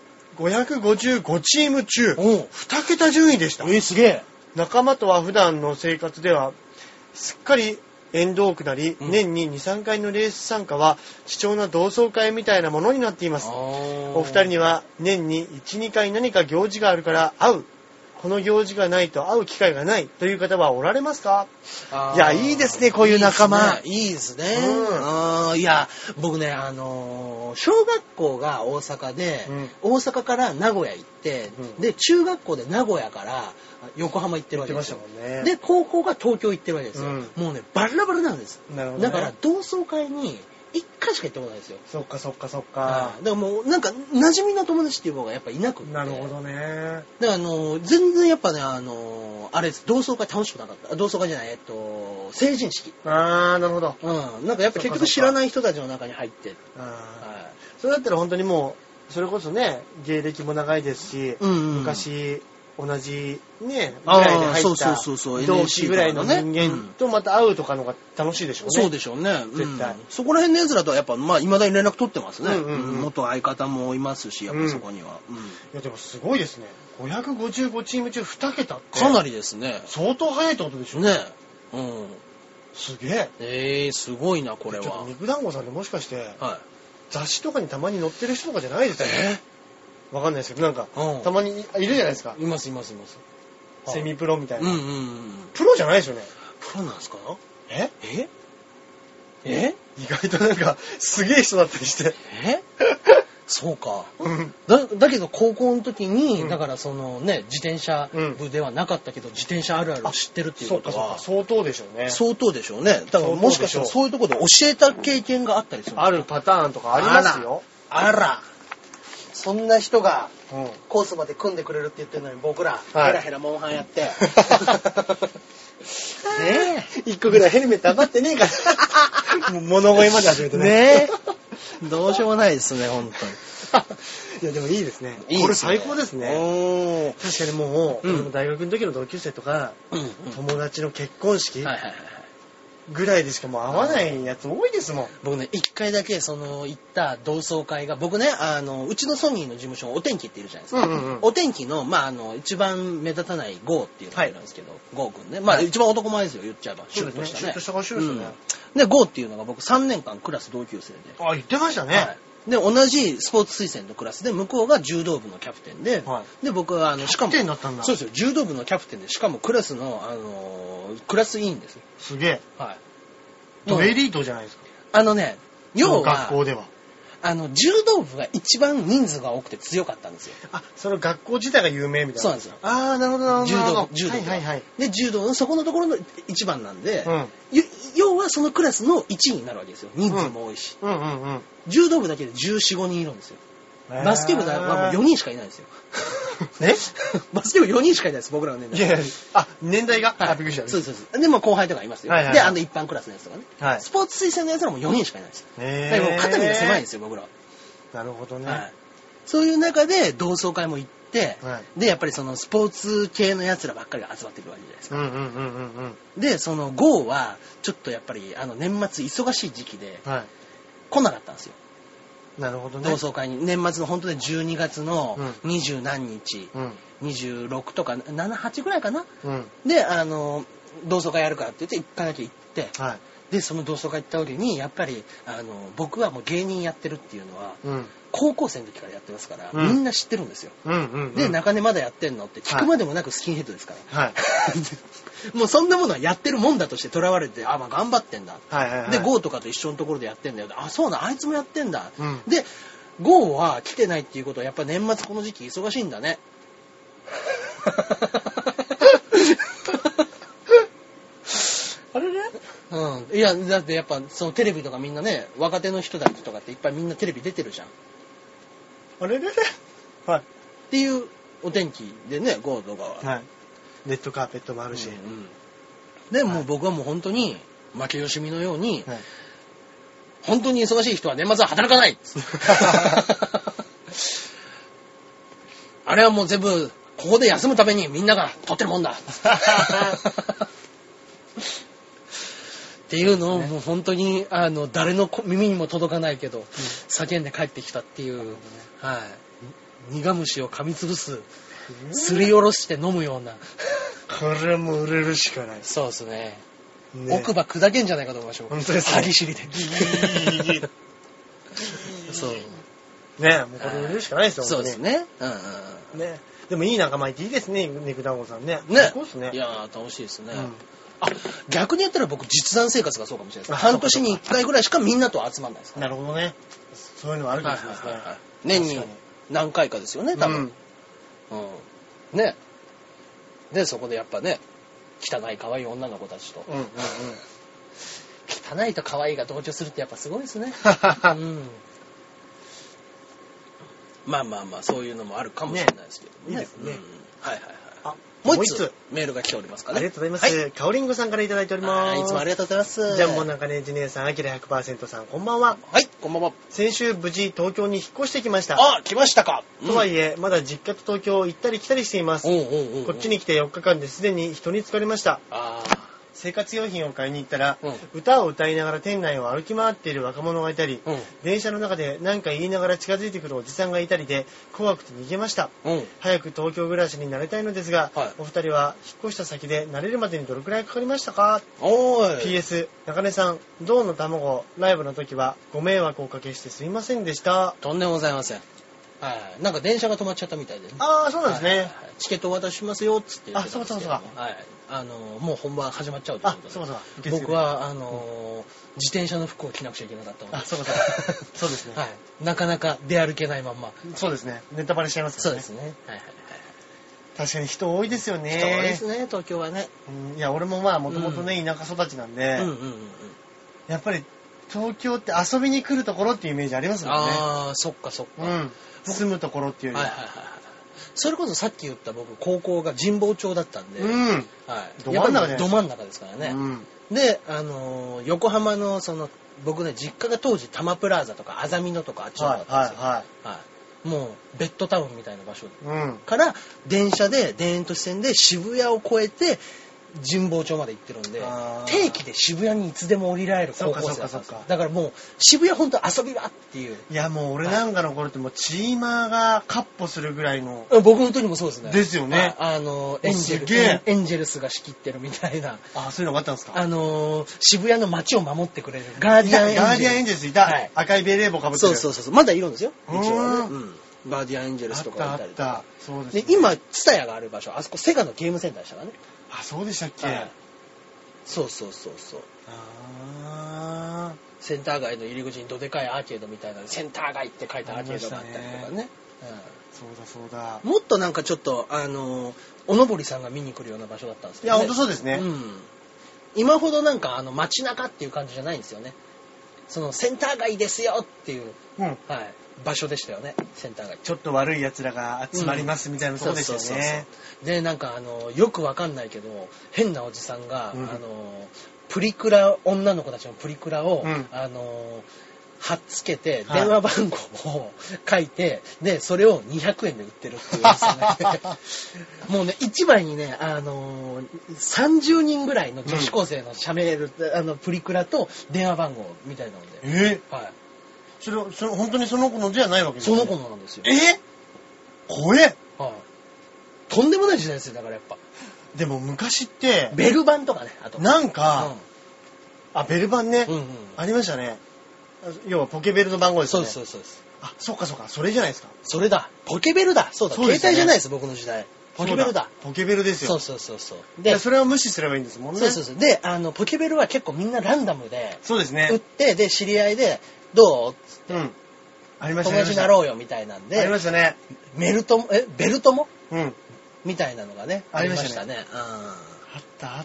。555チーム中、2桁順位でした。 すげえ。 仲間とは普段の生活では、すっかり縁遠くなり、年に2、3回のレース参加は貴重な同窓会みたいなものになっています。お二人には年に1、2回何か行事があるから会う。この行事がないと会う機会がないという方はおられますか？いや、いいですね、こういう仲間。 いいですね。いや、僕ね、小学校が大阪で、大阪から名古屋行って、で、中学校で名古屋から横浜行ってるわけですよ。で、高校が東京行ってるわけですよ。もうね、バラバラなんです。だから、同窓会に、一回しか行ったことないですよ。 そっか。だからもう、なんか、馴染みの友達っていう方がやっぱいなくて。 なるほどね。 だから全然やっぱね、あれです、同窓会楽しくなかった。同窓会じゃない、成人式。 なるほど。 なんかやっぱ結局知らない人たちの中に入って。 それだったら本当にもう、それこそね、芸歴も長いですし、昔、同じね、ぐらいで入った同期ぐらいの人間とまた会うとかのが楽しいでしょうね。 そうでしょうね。 絶対。 そこら辺のやつらとはやっぱ、未だに連絡取ってますね。元相方もいますし、やっぱそこには。 いやでもすごいですね。555チーム中2桁って。 かなりですね。 相当早いってことでしょ？ ね。 すげえ。すごいな、これは。ちょっと肉団子さんでもしかして、雑誌とかにたまに載ってる人とかじゃないですよね。わかんないですけど、なんか、たまにいるじゃないですか。 います。 セミプロみたいな。プロじゃないですよね。 プロなんですか？ 意外となんか、すげえ人だったりして。 そうか。だけど高校の時に、だからそのね、自転車部ではなかったけど、自転車あるあるを知ってるっていうことは。 相当でしょうね。 相当でしょうね。だからもしかしたらそういうところで教えた経験があったりする。 あるパターンとかありますよ。 あら。そんな人がコースまで組んでくれるって言ってるのに僕らヘラヘラモンハンやってねえ一個ぐらいヘルメット余ってねえからもう物声まで始めてねどうしようもないですね本当にいやでもいいですねこれ最高ですね確かにもう、大学の時の同級生とか、友達の結婚式、ぐらいでしかもう会わないやつ多いですもん。 僕ね、一回だけ行った同窓会が、僕ね、うちのソニーの事務所、お天気っているじゃないですか。お天気の、一番目立たないゴーっていうのがいるんですけど、ゴーくんね。一番男前ですよ、言っちゃえば。シュッとしたね。 シュッとしたシュッとしたね。 で、ゴーっていうのが僕3年間クラス同級生で。 言ってましたね。 で、同じスポーツ推薦のクラスで、向こうが柔道部のキャプテンで、で、僕は、しかも、 キャプテンだったんだ。 そうですよ、柔道部のキャプテンで、しかもクラスの、クラス委員です。 すげえ。ドエリートじゃないですか。 要は、 学校では。 柔道部が一番人数が多くて強かったんですよ。 その学校自体が有名みたいな。 そうなんですよ。 なるほど。 柔道。で、柔道のそこのところの一番なんで、要はそのクラスの1位になるわけですよ。人数も多いし。柔道部だけで14、15人いるんですよ。バスケ部はもう4人しかいないんですよ。 ねバスケ部4人しかいないです、僕らの年代。 いやいや、あ、年代が、はい、びっくりした。 そうそうそう。でも後輩とかいますよ。はいはいはい、で、一般クラスのやつとかね。はい。スポーツ推薦のやつらも4人しかいないです。だからもう肩身が狭いんですよ、僕らは。 なるほどね。 はい。そういう中で同窓会も行って、はい、で、やっぱりそのスポーツ系のやつらばっかりが集まってくるわけじゃないですか。で、その GO は、ちょっとやっぱり年末忙しい時期で、はい、来なかったんですよ。 なるほどね。 同窓会に。年末の本当に12月の20何日、26とか7、8ぐらいかな。で、同窓会やるからって言って、1回だけ行って、はい、で、その同窓会行った時に、やっぱり、僕はもう芸人やってるっていうのは、高校生の時からやってますから、みんな知ってるんですよ。で、中根まだやってんのって聞くまでもなくスキンヘッドですから。はい、もうそんなものはやってるもんだとして囚われて、まあ頑張ってんだ。で、GO とかと一緒のところでやってんだよ。そうだ、あいつもやってんだ。で、GO は来てないっていうことは、やっぱ年末この時期忙しいんだね。あれね。いや、だってやっぱ、そのテレビとかみんなね、若手の人たちとかっていっぱいみんなテレビ出てるじゃん。 あれね。はい。 っていうお天気でね、GOとかは。はい。 レッドカーペットもあるし。 で、もう僕はもう本当に、負け惜しみのように、本当に忙しい人は年末は働かないあれはもう全部、ここで休むためにみんなが取ってるもんだっていうのをもう本当に誰の耳にも届かないけど、叫んで帰ってきたっていう、はい、苦虫を噛みつぶす、すりおろして飲むようなこれはもう売れるしかない。 そうですね。奥歯砕けんじゃないかと思いましょう。 本当ですね。 歯ぎしりでそうね、もうこれ売れるしかないですよ。 そうですね。 ね。でもいい仲間いていいですね、肉団子さんね。 ね。そうですね。いや楽しいですね。逆に言ったら僕実弾生活がそうかもしれないです。半年に1回ぐらいしかみんなと集まんないですから。 なるほどね。そういうのはあるかもしれないですね。 年に何回かですよね、多分。ね。で、そこでやっぱね、汚い可愛い女の子たちと。汚いと可愛いが同居するってやっぱすごいですね。まあまあまあ、そういうのもあるかもしれないですけどね。いいですね。はいはいはい。もう一つメールが来ておりますかね。 ありがとうございます。かおりんごさんからいただいております。 いつもありがとうございます。 ジャンボ中根ジュニアさん、あきら 100% さん、こんばんは。 はい、こんばんは。 先週無事東京に引っ越してきました。 来ましたか。 とはいえ、まだ実家と東京を行ったり来たりしています。こっちに来て4日間ですでに人に疲れました。生活用品を買いに行ったら、歌を歌いながら店内を歩き回っている若者がいたり、電車の中で何か言いながら近づいてくるおじさんがいたりで怖くて逃げました。早く東京暮らしに慣れたいのですが、お二人は引っ越した先で慣れるまでにどれくらいかかりましたか？ PS 中根さん、銅の卵ライブの時はご迷惑をおかけしてすいませんでした。 とんでもございません。はい、なんか電車が止まっちゃったみたいでね。 そうなんですね。 チケットお渡ししますよっつって言ってたんですけど。はい。 もう本番始まっちゃうということで。僕は自転車の服を着なくちゃいけなかったので。 そうですね。 はい。なかなか出歩けないまんま。 そうですね。ネタバレしちゃいますよね。 そうですね。はいはいはい。 確かに人多いですよね。 人多いですね、東京はね。 いや、俺もまあもともとね、田舎育ちなんで、やっぱり東京って遊びに来るところっていうイメージありますもんね。 そっかそっか。 住むところっていうよりは。 それこそさっき言った僕、高校が神保町だったんで、 ど真ん中ど真ん中ですからね。で、横浜の僕ね、実家が当時多摩プラザとかあざみ野とかあっちの方だったんですよ。もうベッドタウンみたいな場所から電車で田園都市線で渋谷を越えて神保町まで行ってるんで、定期で渋谷にいつでも降りられる高校生だったんですよ。だからもう渋谷本当遊び場っていう。 いやもう俺なんかの頃ってもうチーマーがカッポするぐらいの。 僕の時もそうですね。 ですよね。 エンジェルスが仕切ってるみたいな。 そういうのがあったんですか。 渋谷の街を守ってくれるガーディアンエンジェルス。 ガーディアンエンジェルスいた。赤いベレー帽かぶってる。 そう。まだいるんですよ。一応ね。ガーディアンエンジェルスとかいたりとか。 そうですね。 で今ツタヤがある場所、あそこセガのゲームセンターでしたからね。 そうでしたっけ。 そう。センター街の入り口にどでかいアーケードみたいなセンター街って書いたアーケードがあったりとかね。 そうだ。 もっとなんかちょっとおのぼりさんが見に来るような場所だったんですけどね。 いや本当そうですね。 今ほどなんか街中っていう感じじゃないんですよね。センター街ですよっていう。 場所でしたよね、センター街。 ちょっと悪い奴らが集まりますみたいなとこでしたよね。 で、なんかよくわかんないけど、変なおじさんが、プリクラ、女の子たちのプリクラを、貼っつけて、電話番号を書いて、で、それを200円で売ってるっていうですね。もうね、一枚にね、30人ぐらいの女子高生の社メール、プリクラと電話番号みたいなので。はい。 それ本当にその子のじゃないわけですね。 その子のなんですよ。 怖え。 はい。とんでもない時代ですよ、だからやっぱ。 でも昔って、 ベル版とかね、あと。 なんか、ベル版ね、ありましたね。要はポケベルの番号ですね。 そうです。 あ、そうか。それじゃないですか。 それだ。ポケベルだ。そうだ。携帯じゃないです、僕の時代。ポケベルだ。 ポケベルですよ。 そう。 で、それを無視すればいいんですもんね。 そう。で、ポケベルは結構みんなランダムで、 そうですね。 売って、で、知り合いで、どうつって、 ありましたね。 友達になろうよみたいなんで、 ありましたね。 ベルトモみたいなのがね、ありましたね。 あった。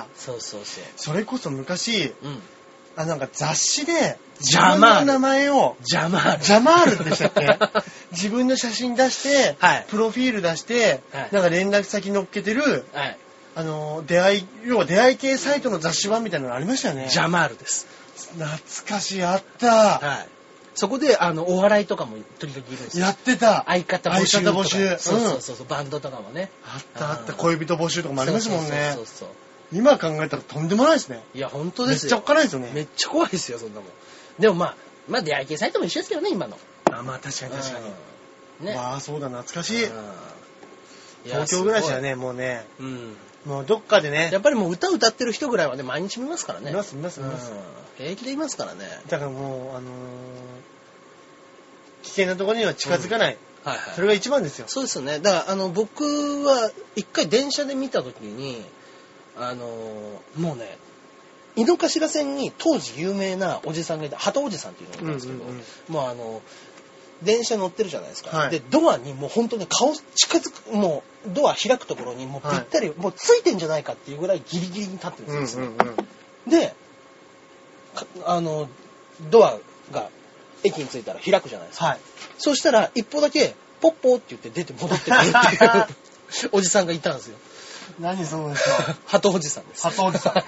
そう。 それこそ昔、なんか雑誌で、 ジャマール。 自分の名前を、 ジャマールでしたっけ自分の写真出して、プロフィール出して、なんか連絡先載っけてる、要は出会い系サイトの雑誌版みたいなのありましたよね。 ジャマールです。 懐かしい、あった。 そこで、お笑いとかも時々いるんですよ。 やってた。 相方募集。 そう。 バンドとかもね。 あった。恋人募集とかもありますもんね。 そう。 今考えたらとんでもないですね。 いや、本当ですよ。 めっちゃおっかないですよね。 めっちゃ怖いですよ、そんなもん。でもまあ出会い系サイトも一緒ですけどね、今の。 まあ確かに。ね。そうだ、懐かしい。東京暮らしはね、もうね、もうどっかでね。 やっぱりもう歌歌ってる人ぐらいはね、毎日見ますからね。 見ます。 平気でいますからね。 だからもう、危険なところには近づかない。それが一番ですよ。 そうですよね。だから僕は一回電車で見たときに、もうね、井の頭線に当時有名なおじさんがいた、鳩おじさんっていうのがいたんですけど、もう電車乗ってるじゃないですか。で、ドアにもう本当に顔近づく、もうドア開くところにもうぴったり、もうついてんじゃないかっていうぐらいギリギリに立ってるんですよ。で、ドアが駅に着いたら開くじゃないですか。そうしたら一歩だけポッポーって言って出て戻ってくるっていうおじさんがいたんですよ。 何その人。 鳩おじさんです。 鳩おじさん。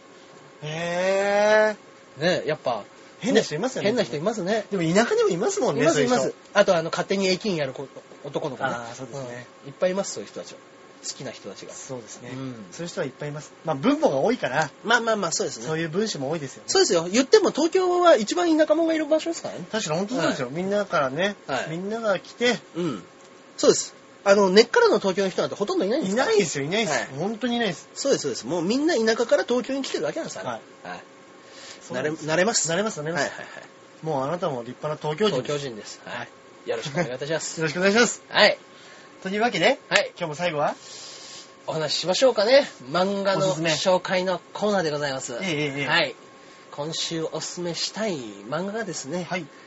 ね、やっぱ変な人いますよね。 変な人いますね。 でも田舎でもいますもんね。 います。あと勝手に駅員やる男の子ね。 そうですね。 いっぱいいます、そういう人たちは。好きな人たちが。 そうですね。そういう人はいっぱいいます。まあ分母が多いから。 まあそうですね。 そういう分子も多いですよね。 そうですよ。言っても東京は一番田舎者がいる場所ですからね。 確かに本当そうですよ。みんなからね。みんなが来て。 そうです。根っからの東京の人なんてほとんどいないんですから。いないですよ。本当にいないです。 そうです。もうみんな田舎から東京に来てるわけなんですから。慣れます。 もうあなたも立派な東京人です。 東京人です。よろしくお願いいたします。 よろしくお願いします。というわけで、今日も最後はお話ししましょうかね。漫画の紹介のコーナーでございます。今週おすすめしたい漫画がですね、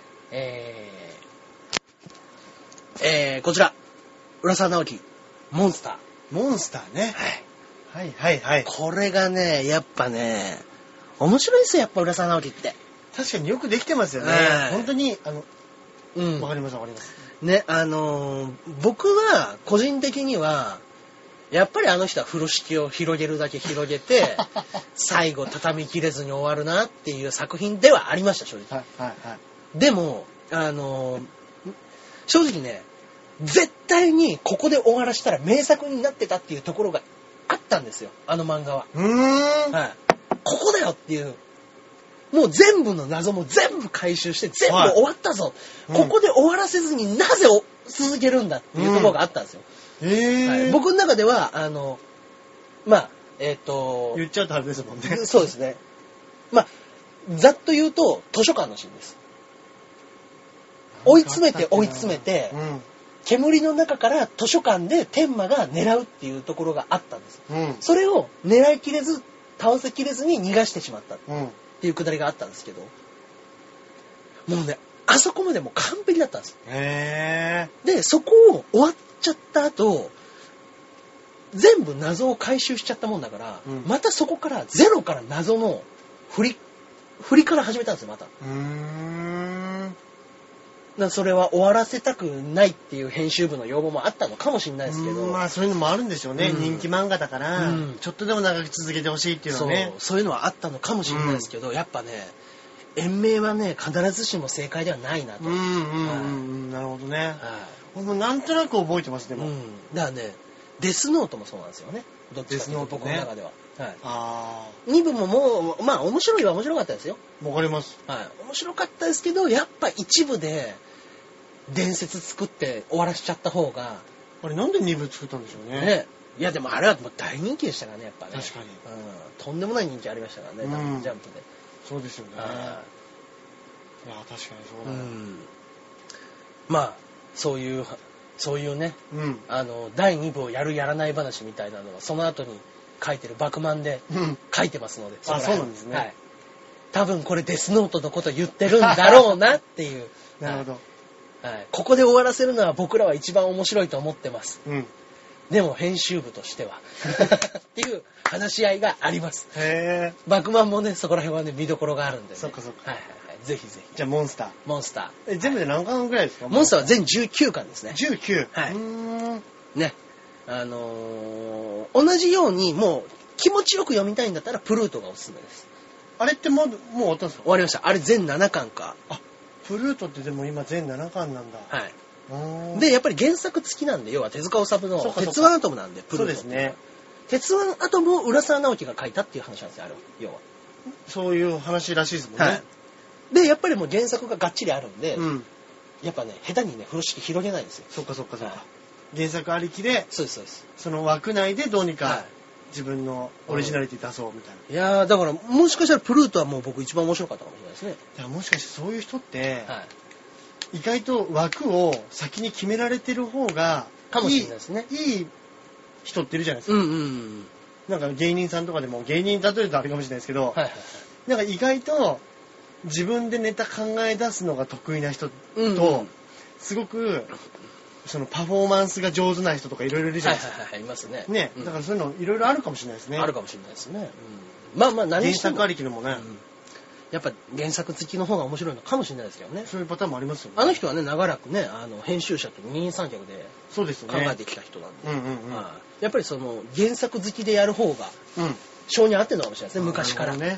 こちら、浦沢直樹、モンスター。 モンスターね。 これがね、やっぱね、面白いですよ、やっぱ浦沢直樹って。 確かによくできてますよね。本当に、わかります。 ね、僕は、個人的には、やっぱりあの人は風呂敷を広げるだけ広げて、最後畳み切れずに終わるなっていう作品ではありました、正直。でも、正直ね、絶対にここで終わらせたら名作になってたっていうところがあったんですよ、あの漫画は。ここだよっていう。もう全部の謎も全部回収して全部終わったぞ。ここで終わらせずになぜ続けるんだっていうところがあったんですよ。僕の中では、 言っちゃうとあれですもんね。 そうですね。ざっと言うと、図書館のシーンです。追い詰めて、煙の中から図書館で天馬が狙うっていうところがあったんです。それを狙いきれず、倒せきれずに逃がしてしまったっていうくだりがあったんですけど、もうね、あそこまでもう完璧だったんです。で、そこを終わっちゃった後、全部謎を回収しちゃったもんだから、またそこからゼロから謎の振りから始めたんですよ、また。 それは終わらせたくないっていう編集部の要望もあったのかもしれないですけど。 まあそういうのもあるんでしょうね。人気漫画だから、ちょっとでも長く続けてほしいっていうのはね。 そういうのはあったのかもしれないですけど、やっぱね、延命はね、必ずしも正解ではないなと。 なるほどね。もうなんとなく覚えてます、でも。 だからね、デスノートもそうなんですよね。どっちかというと僕の中では。2部ももう、まあ面白いは面白かったですよ。 わかります。 面白かったですけど、やっぱ一部で伝説作って終わらしちゃった方が。 あれなんで2部作ったんでしょうね。 いやでもあれはもう大人気でしたからね、やっぱね。 確かに。 とんでもない人気ありましたからね、ジャンプで。 そうですよね。いや、確かにそうだ。 まあ、そういうね、第2部をやるやらない話みたいなのは、その後に書いてるバクマンで書いてますので。 そうなんですね。 多分これデスノートのこと言ってるんだろうなっていう。 なるほど。 ここで終わらせるのは僕らは一番面白いと思ってます。でも編集部としてはっていう話し合いがあります。バクマンもね、そこら辺はね、見どころがあるんでね。 そっかそっか。 ぜひぜひ。 じゃあモンスター。全部で何巻ぐらいですか？ モンスターは全19巻ですね。 19？ ね。同じようにもう気持ちよく読みたいんだったらプルートがおすすめです。 あれってもう終わったんですか？ 終わりました。あれ全7巻か。 プルートってでも今全7巻なんだ。 で、やっぱり原作付きなんで、要は手塚治虫の鉄腕アトムなんで、プルート。 そうですね。 鉄腕アトムを浦沢直樹が書いたっていう話なんですよ、あれは。要は。 そういう話らしいですもんね。 で、やっぱりもう原作ががっちりあるんで、やっぱね、下手にね、風呂敷広げないんですよ。 そっか。原作ありきで、 そうです。 その枠内でどうにか自分のオリジナリティ出そうみたいな。 いやー、だからもしかしたらプルートはもう僕一番面白かったかもしれないですね。 いや、もしかしてそういう人って、意外と枠を先に決められてる方がかもしれないですね。 いい人っているじゃないですか。なんか芸人さんとかでも、芸人例えるとあれかもしれないですけど、なんか意外と自分でネタ考え出すのが得意な人と、すごくそのパフォーマンスが上手な人とかいろいろいるじゃないですか。 いますね。 ね、だからそういうのいろいろあるかもしれないですね。 あるかもしれないですね。まあ何しても原作ありきのもね。 やっぱ原作付きの方が面白いのかもしれないですけどね。 そういうパターンもありますよね。 あの人はね、長らくね、編集者と二人三脚で考えてきた人なんで、やっぱりその原作好きでやる方が性に合ってるのかもしれないですね、昔からね。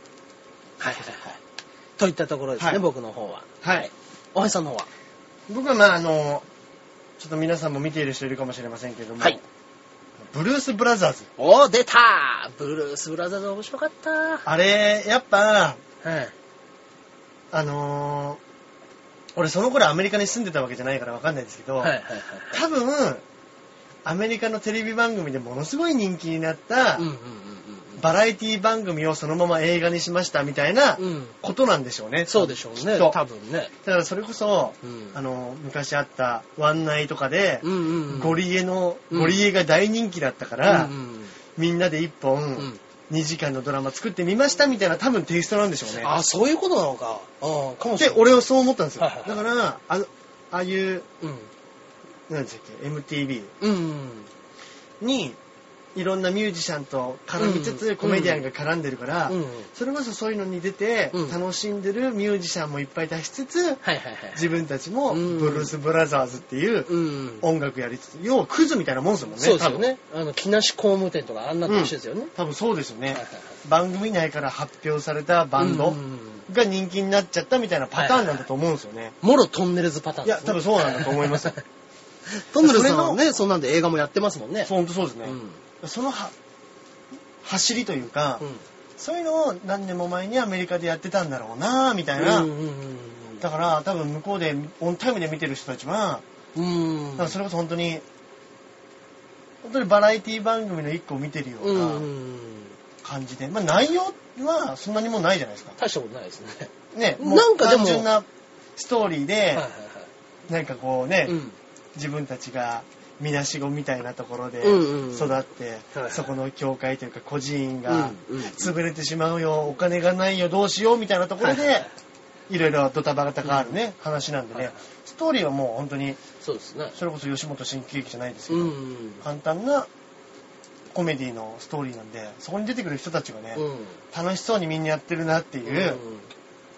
といったところですね、僕の方は。大橋さんの方は？ 僕はまあちょっと皆さんも見ている人いるかもしれませんけども、ブルース・ブラザーズ。 出た！ブルース・ブラザーズ面白かった。 あれ、やっぱ、俺その頃アメリカに住んでたわけじゃないからわかんないですけど、多分、アメリカのテレビ番組でものすごい人気になった、バラエティ番組をそのまま映画にしましたみたいなことなんでしょうね。 そうでしょうね。多分ね。 だからそれこそ、昔あったワンナイとかで、ゴリエが大人気だったから、みんなで一本、2時間のドラマ作ってみましたみたいな多分テイストなんでしょうね。 そういうことなのか。 かもしれない。で、俺はそう思ったんですよ。だから、ああいう、何でしたっけ、MTV に、いろんなミュージシャンと絡みつつコメディアンが絡んでるから、それこそそういうのに出て楽しんでるミュージシャンもいっぱい出しつつ、自分たちもブルース・ブラザーズっていう音楽やりつつ、要はクズみたいなもんですもんね。 そうですよね。木梨工務店とかあんなと一緒ですよね。 多分そうですよね。番組内から発表されたバンドが人気になっちゃったみたいなパターンなんだと思うんですよね。 もろトンネルズパターンですね。 いや、多分そうなんだと思います。 トンネルズさんはね、そんなんで映画もやってますもんね。 本当そうですね。その走りというか、そういうのを何年も前にアメリカでやってたんだろうなみたいな。だから多分向こうでオンタイムで見てる人たちは、だからそれこそ本当にバラエティ番組の一個を見てるような感じで、まあ内容はそんなにもないじゃないですか。 大したことないですね、 ね。 もう単純なストーリーで、なんかこうね、自分たちがみなしごみたいなところで育って、そこの教会というか孤児院が潰れてしまうよ、お金がないよ、どうしようみたいなところで、いろいろドタバタがあるね、話なんでね、ストーリーはもう本当に、それこそ吉本新喜劇じゃないですけど、簡単なコメディのストーリーなんで、そこに出てくる人たちがね、楽しそうにみんなやってるなっていう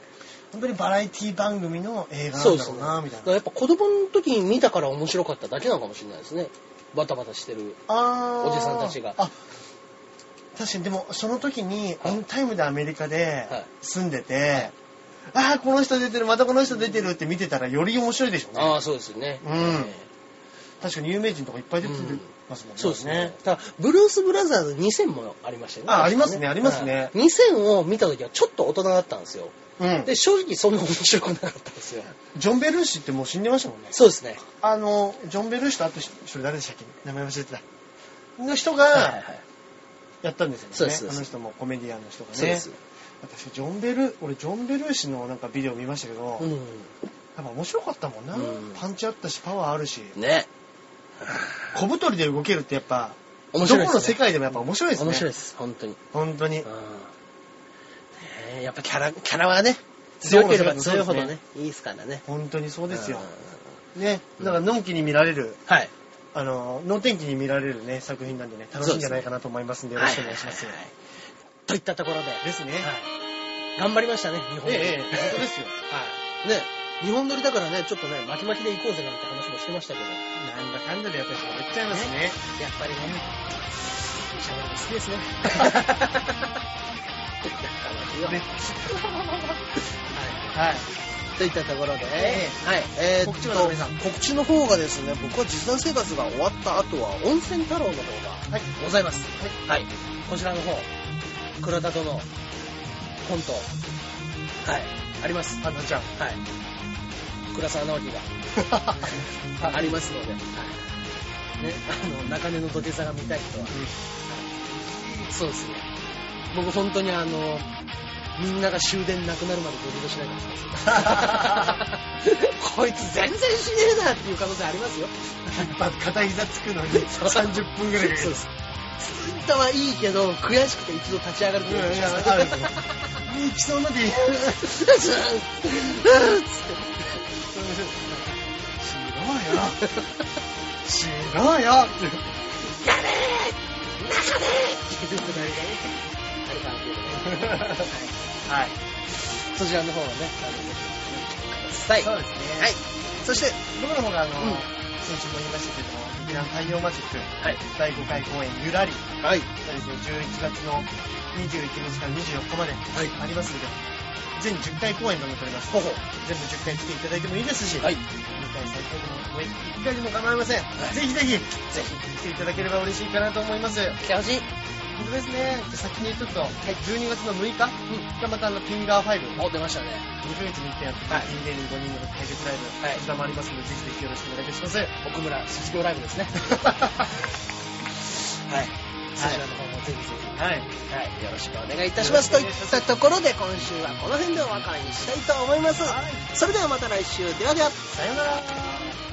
本当にバラエティ番組の映画なんだろうな、みたいな。 やっぱ子供の時に見たから面白かっただけなのかもしれないですね。バタバタしてるおじさんたちが。 確かに、でもその時にオンタイムでアメリカで住んでて、この人出てる、またこの人出てるって見てたらより面白いでしょうね。 そうですよね。 確かに有名人とかいっぱい出てますもんね。 そうですね。ただブルース・ブラザーズ2000もありましたよね。 ありますね、ありますね。 2000を見た時はちょっと大人だったんですよ。で、正直そんな面白くなかったんですよ。 ジョン・ベルーシってもう死んでましたもんね。 そうですね。 ジョン・ベルーシとあと一人誰でしたっけ、名前忘れてた。の人がやったんですよね。 そうです。 あの人もコメディアンの人がね。そうです。私ジョン・ベルーシのなんかビデオ見ましたけど、やっぱ面白かったもんな。パンチあったし、パワーあるし。ね。小太りで動けるってやっぱ、どこの世界でもやっぱ面白いですね。 面白いです、本当に。 本当に。 やっぱキャラはね、強ければ強いほどね、いいですからね。 本当にそうですよ。ね、だからのんきに見られる、能天気に見られるね、作品なんでね、楽しいんじゃないかなと思いますんで、よろしくお願いします。 といったところで。 ですね。 頑張りましたね、日本撮り。 本当ですよ。 ね、日本撮りだからね、ちょっとね、巻き巻きで行こうぜなんて話もしてましたけど。 なんだかんだでやっぱり喋っちゃいますね。 やっぱりね、喋るの好きですね。はい。といったところで、告知の方がですね、僕は実弾生活が終わった後は温泉太郎の方がございます。はい。こちらの方、倉田とのコント、あります。 あのちゃん。 倉沢直樹がありますので、ね、中根の土下座が見たい人は、そうですね。僕本当にみんなが終電なくなるまで土下座しないでください。こいつ全然しねえなっていう可能性ありますよ。 片膝つくのに30分ぐらい。 そうです。ツイッターはいいけど、悔しくて一度立ち上がるっていうのがある。 行きそうなでいい。しろよやれー中でっていうくだりがね、ある関係でね。はい。 そちらの方はね、ください。 そうですね。 はい。そして、 僕の方が先週も言いましたけども、劇団太陽マジック、第5回公演ゆらりがですね、11月の21日から24日までありますので、全10回公演が残ります。全部10回来ていただいてもいいですし、2回最高でも1回でも構いません。ぜひ来ていただければ嬉しいかなと思います。 来てほしい。 本当ですね。先にちょっと、12月の6日がまたピンガー5。 出ましたね。 2ヶ月に1回やってピン芸人5人の対決ライブ、こちらもありますので、ぜひぜひよろしくお願いいたします。 奥村卒業ライブですね。はい。そちらの方もぜひぜひ、よろしくお願いいたします。といったところで、今週はこの辺でお別れにしたいと思います。それではまた来週。ではでは。 さようなら。